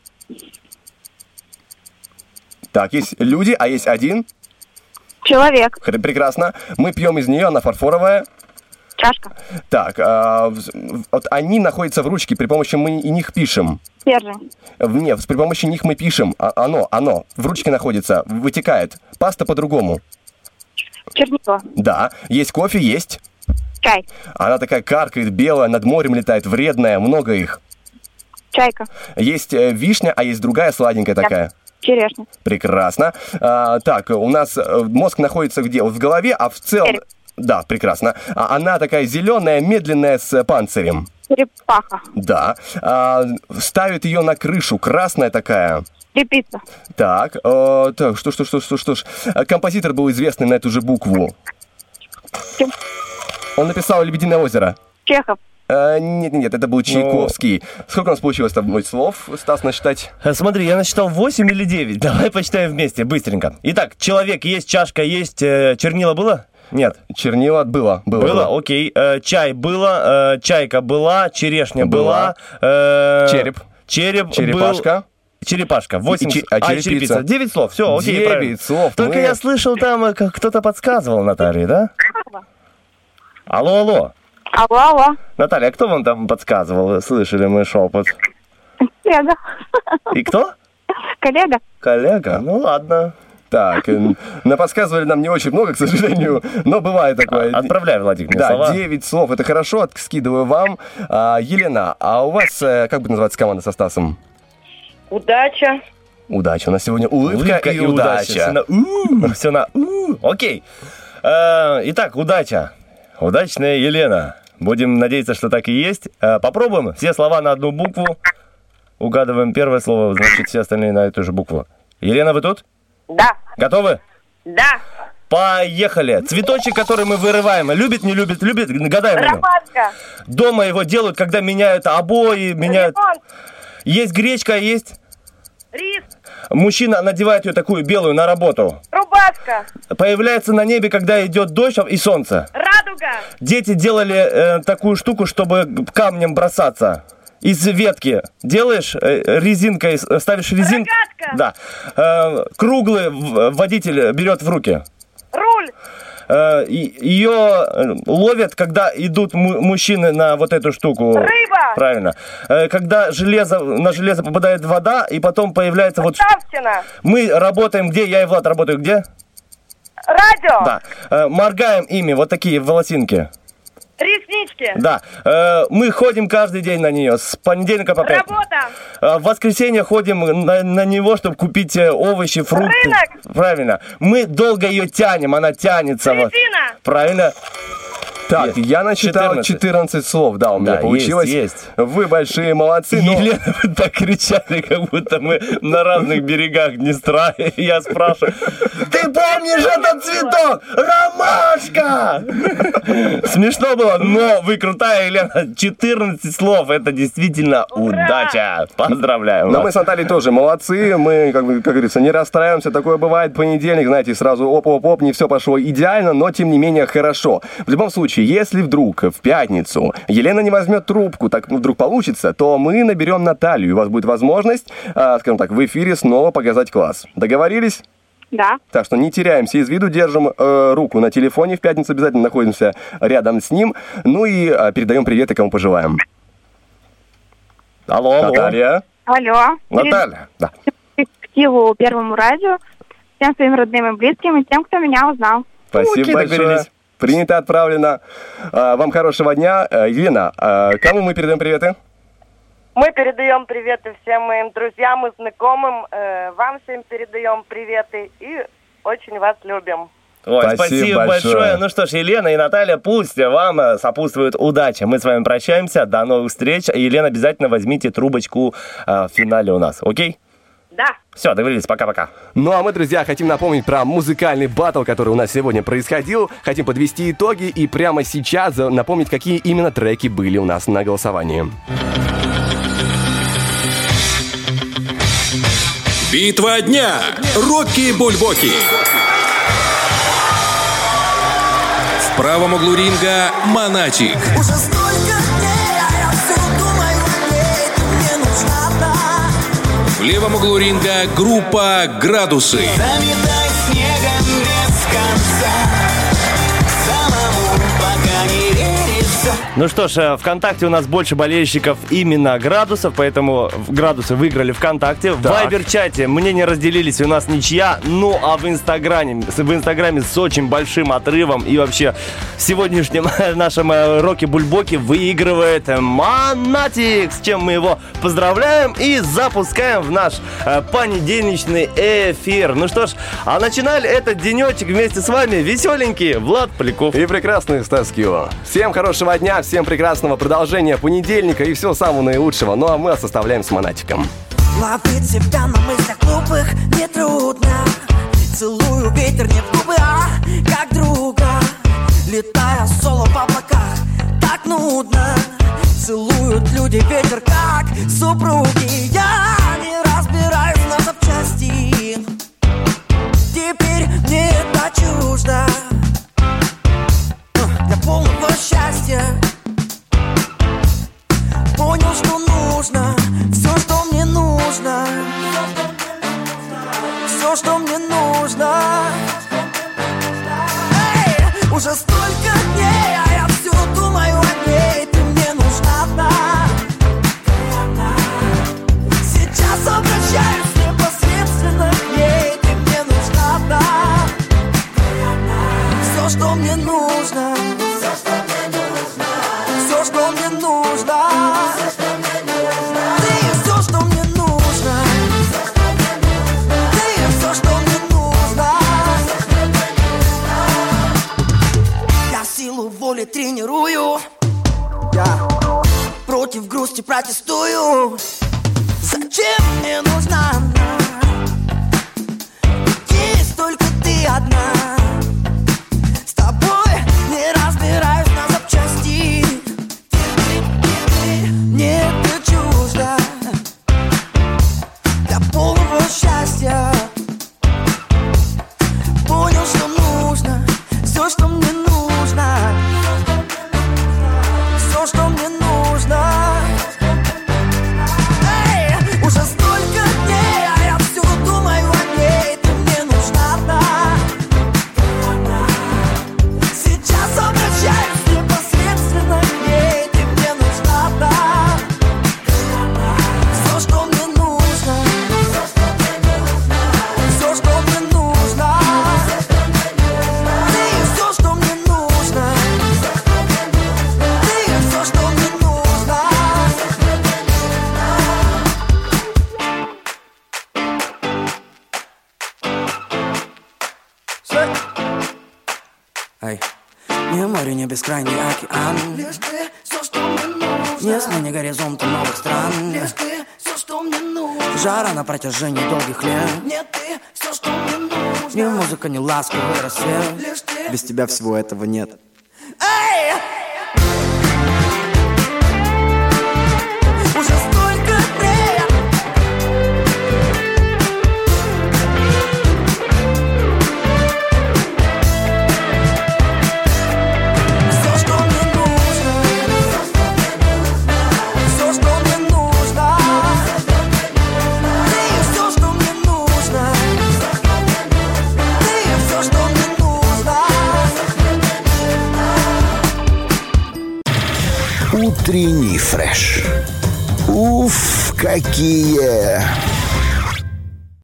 Так, есть люди, а есть один. Человек. Прекрасно. Мы пьем из нее, она фарфоровая. Чашка. Так, вот они находятся в ручке, при помощи мы и них пишем. Стержень. Нет, при помощи них мы пишем. Оно в ручке находится, вытекает. Паста по-другому. Чернила. Да, есть кофе, есть. Чай. Она такая каркает, белая, над морем летает, вредная, много их. Чайка. Есть вишня, а есть другая сладенькая такая. Черешня. Прекрасно. Так, у нас мозг находится где? В голове, а в целом... Череп. Да, прекрасно. Она такая зеленая, медленная, с панцирем. Черепаха. Да. Ставят ее на крышу, красная такая. Трепица. Так, что ж. Композитор был известный на эту же букву. Он написал «Лебединое озеро». Чехов. Нет, это был Чайковский. Сколько у нас получилось там слов, Стас, насчитать? Смотри, я насчитал 8 или 9. Давай почитаем вместе, быстренько. Итак, человек есть, чашка есть, чернила было? Нет. Чернила было. Было, окей. Чай было, чайка была, черешня была. Череп. Черепашка. Черепашка. 8 черепица. 9 слов. Все, окей, 9 слов. Только я слышал, там как кто-то подсказывал Наталье, да? Алло. Алло. Наталья, а кто вам там подсказывал? Слышали мы шепот. Коллега. И кто? Коллега. Ну ладно. Так, подсказывали нам не очень много, к сожалению, но бывает такое. Отправляй, Владик, мне слова. 9 слов, это хорошо, скидываю вам. Елена, а у вас, как будет называться команда со Стасом? Удача. Удача. У нас сегодня улыбка и удача. Все на Окей. Итак, удача. Удачная Елена. Будем надеяться, что так и есть. Попробуем. Все слова на одну букву. Угадываем первое слово, значит, все остальные на эту же букву. Елена, вы тут? Да. Готовы? Да. Поехали. Цветочек, который мы вырываем. Любит, не любит, любит. Гадаем. Ромашка. Дома его делают, когда меняют обои, меняют... Есть гречка, есть... Рис. Мужчина надевает ее такую белую на работу. Рубашка. Появляется на небе, когда идет дождь и солнце. Радуга. Дети делали такую штуку, чтобы камнем бросаться. Из ветки делаешь резинкой, ставишь резинку. Рогатка. Да. Круглый водитель берет в руки. Руль. Ее ловят, когда идут мужчины на вот эту штуку. Рыба. Правильно. Когда на железо попадает вода, и потом появляется вот... Ставтина. Мы работаем где? Я и Влад работаю где? Радио. Да. Моргаем ими, вот такие волосинки. Реснички. Да. Мы ходим каждый день на нее, с понедельника по пятницу. Работа. В воскресенье ходим на него, чтобы купить овощи, фрукты. Рынок. Правильно. Мы долго ее тянем, она тянется. Резина. Вот. Правильно. Так, я насчитал 14 слов, да, у меня получилось. Есть. Вы большие молодцы. Елена, вы так кричали, как будто мы на разных берегах Днестра. Я спрашиваю, ты помнишь этот цветок? Удачка! Смешно было, но вы крутая, Елена. 14 слов, это действительно удача. Поздравляем Но вас. мы с Натальей тоже молодцы. Мы, как говорится, не расстраиваемся. Такое бывает понедельник, знаете, сразу оп-оп-оп, не все пошло идеально, но тем не менее хорошо. В любом случае, если вдруг в пятницу Елена не возьмет трубку, так вдруг получится, то мы наберем Наталью, и у вас будет возможность, скажем так, в эфире снова показать класс. Договорились? Да. Так что не теряемся из виду, держим руку на телефоне, в пятницу обязательно находимся рядом с ним, ну и передаем приветы, кому пожелаем. Алло, Наталья. Алло. Наталья, да. Коллективу Первому радио, всем своим родным и близким, и тем, кто меня узнал. Спасибо большое. Принято, отправлено. Вам хорошего дня. Елена, кому мы передаем приветы? Мы передаем приветы всем моим друзьям и знакомым. Вам всем передаем приветы и очень вас любим. Ой, спасибо большое. Ну что ж, Елена и Наталья, пусть вам сопутствует удача. Мы с вами прощаемся. До новых встреч. Елена, обязательно возьмите трубочку в финале у нас. Окей? Да. Все, договорились. Пока-пока. Ну а мы, друзья, хотим напомнить про музыкальный баттл, который у нас сегодня происходил. Хотим подвести итоги и прямо сейчас напомнить, какие именно треки были у нас на голосовании. Битва дня. Рокки Бульбоки. В правом углу ринга Монатик. Уже столько дней, а я все думаю о ней, ты мне нужна одна. В левом углу ринга группа «Градусы». Заметай снегом без конца, самому пока не верится. Ну что ж, ВКонтакте у нас больше болельщиков именно градусов, поэтому градусы выиграли ВКонтакте. В Вайбер-чате мнения разделились, у нас ничья. Ну а в Инстаграме с очень большим отрывом и вообще в сегодняшнем нашем Рокки-Бульбоке выигрывает Монатик, с чем мы его поздравляем и запускаем в наш понедельничный эфир. Ну что ж, а начинали этот денечек вместе с вами веселенький Влад Поляков и прекрасный Стас Кио. Всем хорошего дня, всем прекрасного продолжения понедельника и всего самого наилучшего. Ну а мы вас оставляем с Монатиком. Ловить себя на мыслях глупых нетрудно. Целую ветер не в губы, а как друга. Летая соло в облаках, так нудно. Целуют люди ветер, как супруги. Я не разбираюсь на запчасти. Теперь мне это чуждо. Для полного счастья понял, что нужно все, что мне нужно. Все, что мне нужно. Эй, уже столько дней, а я все думаю о ней. Ты мне нужна одна. Сейчас обращаюсь непосредственно к ней. Ты мне нужна одна. Все, что мне нужно. Все, что мне нужно. Ты все, что мне нужно. Ты все, что мне нужно. Я силу воли тренирую. Я против грусти протестую. Зачем мне нужна она? Есть только ты одна. С тобой не разбираюсь на запчасти. Мне это чуждо. Для полного счастья понял, что нужно. Все, что мне нужно. Все, что мне нужно. Эй, уже столько дней, а я все думаю о ней. Ты мне нужна одна. Сейчас обращаюсь непосредственно к ней. Ты мне нужна одна. Все, что мне нужно. Все, что мне нужно. Ты все, что мне нужно. Ты все, что мне нужно. Эй, не море, не бескрайний океан. Лишь ты, все, что мне нужно. Не смене горизонта новых стран. Лишь ты, все, что мне нужно. Жара на протяжении долгих лет. Нет, ты, все, что мне нужно. Ни музыка, ни ласковый рассвет. Лишь ты, Без тебя всего этого нет. Уже столько лет. Все, что мне нужно, все, что мне нужно, ты все, что мне нужно, ты все, что мне нужно. Утренний фреш. Уф, какие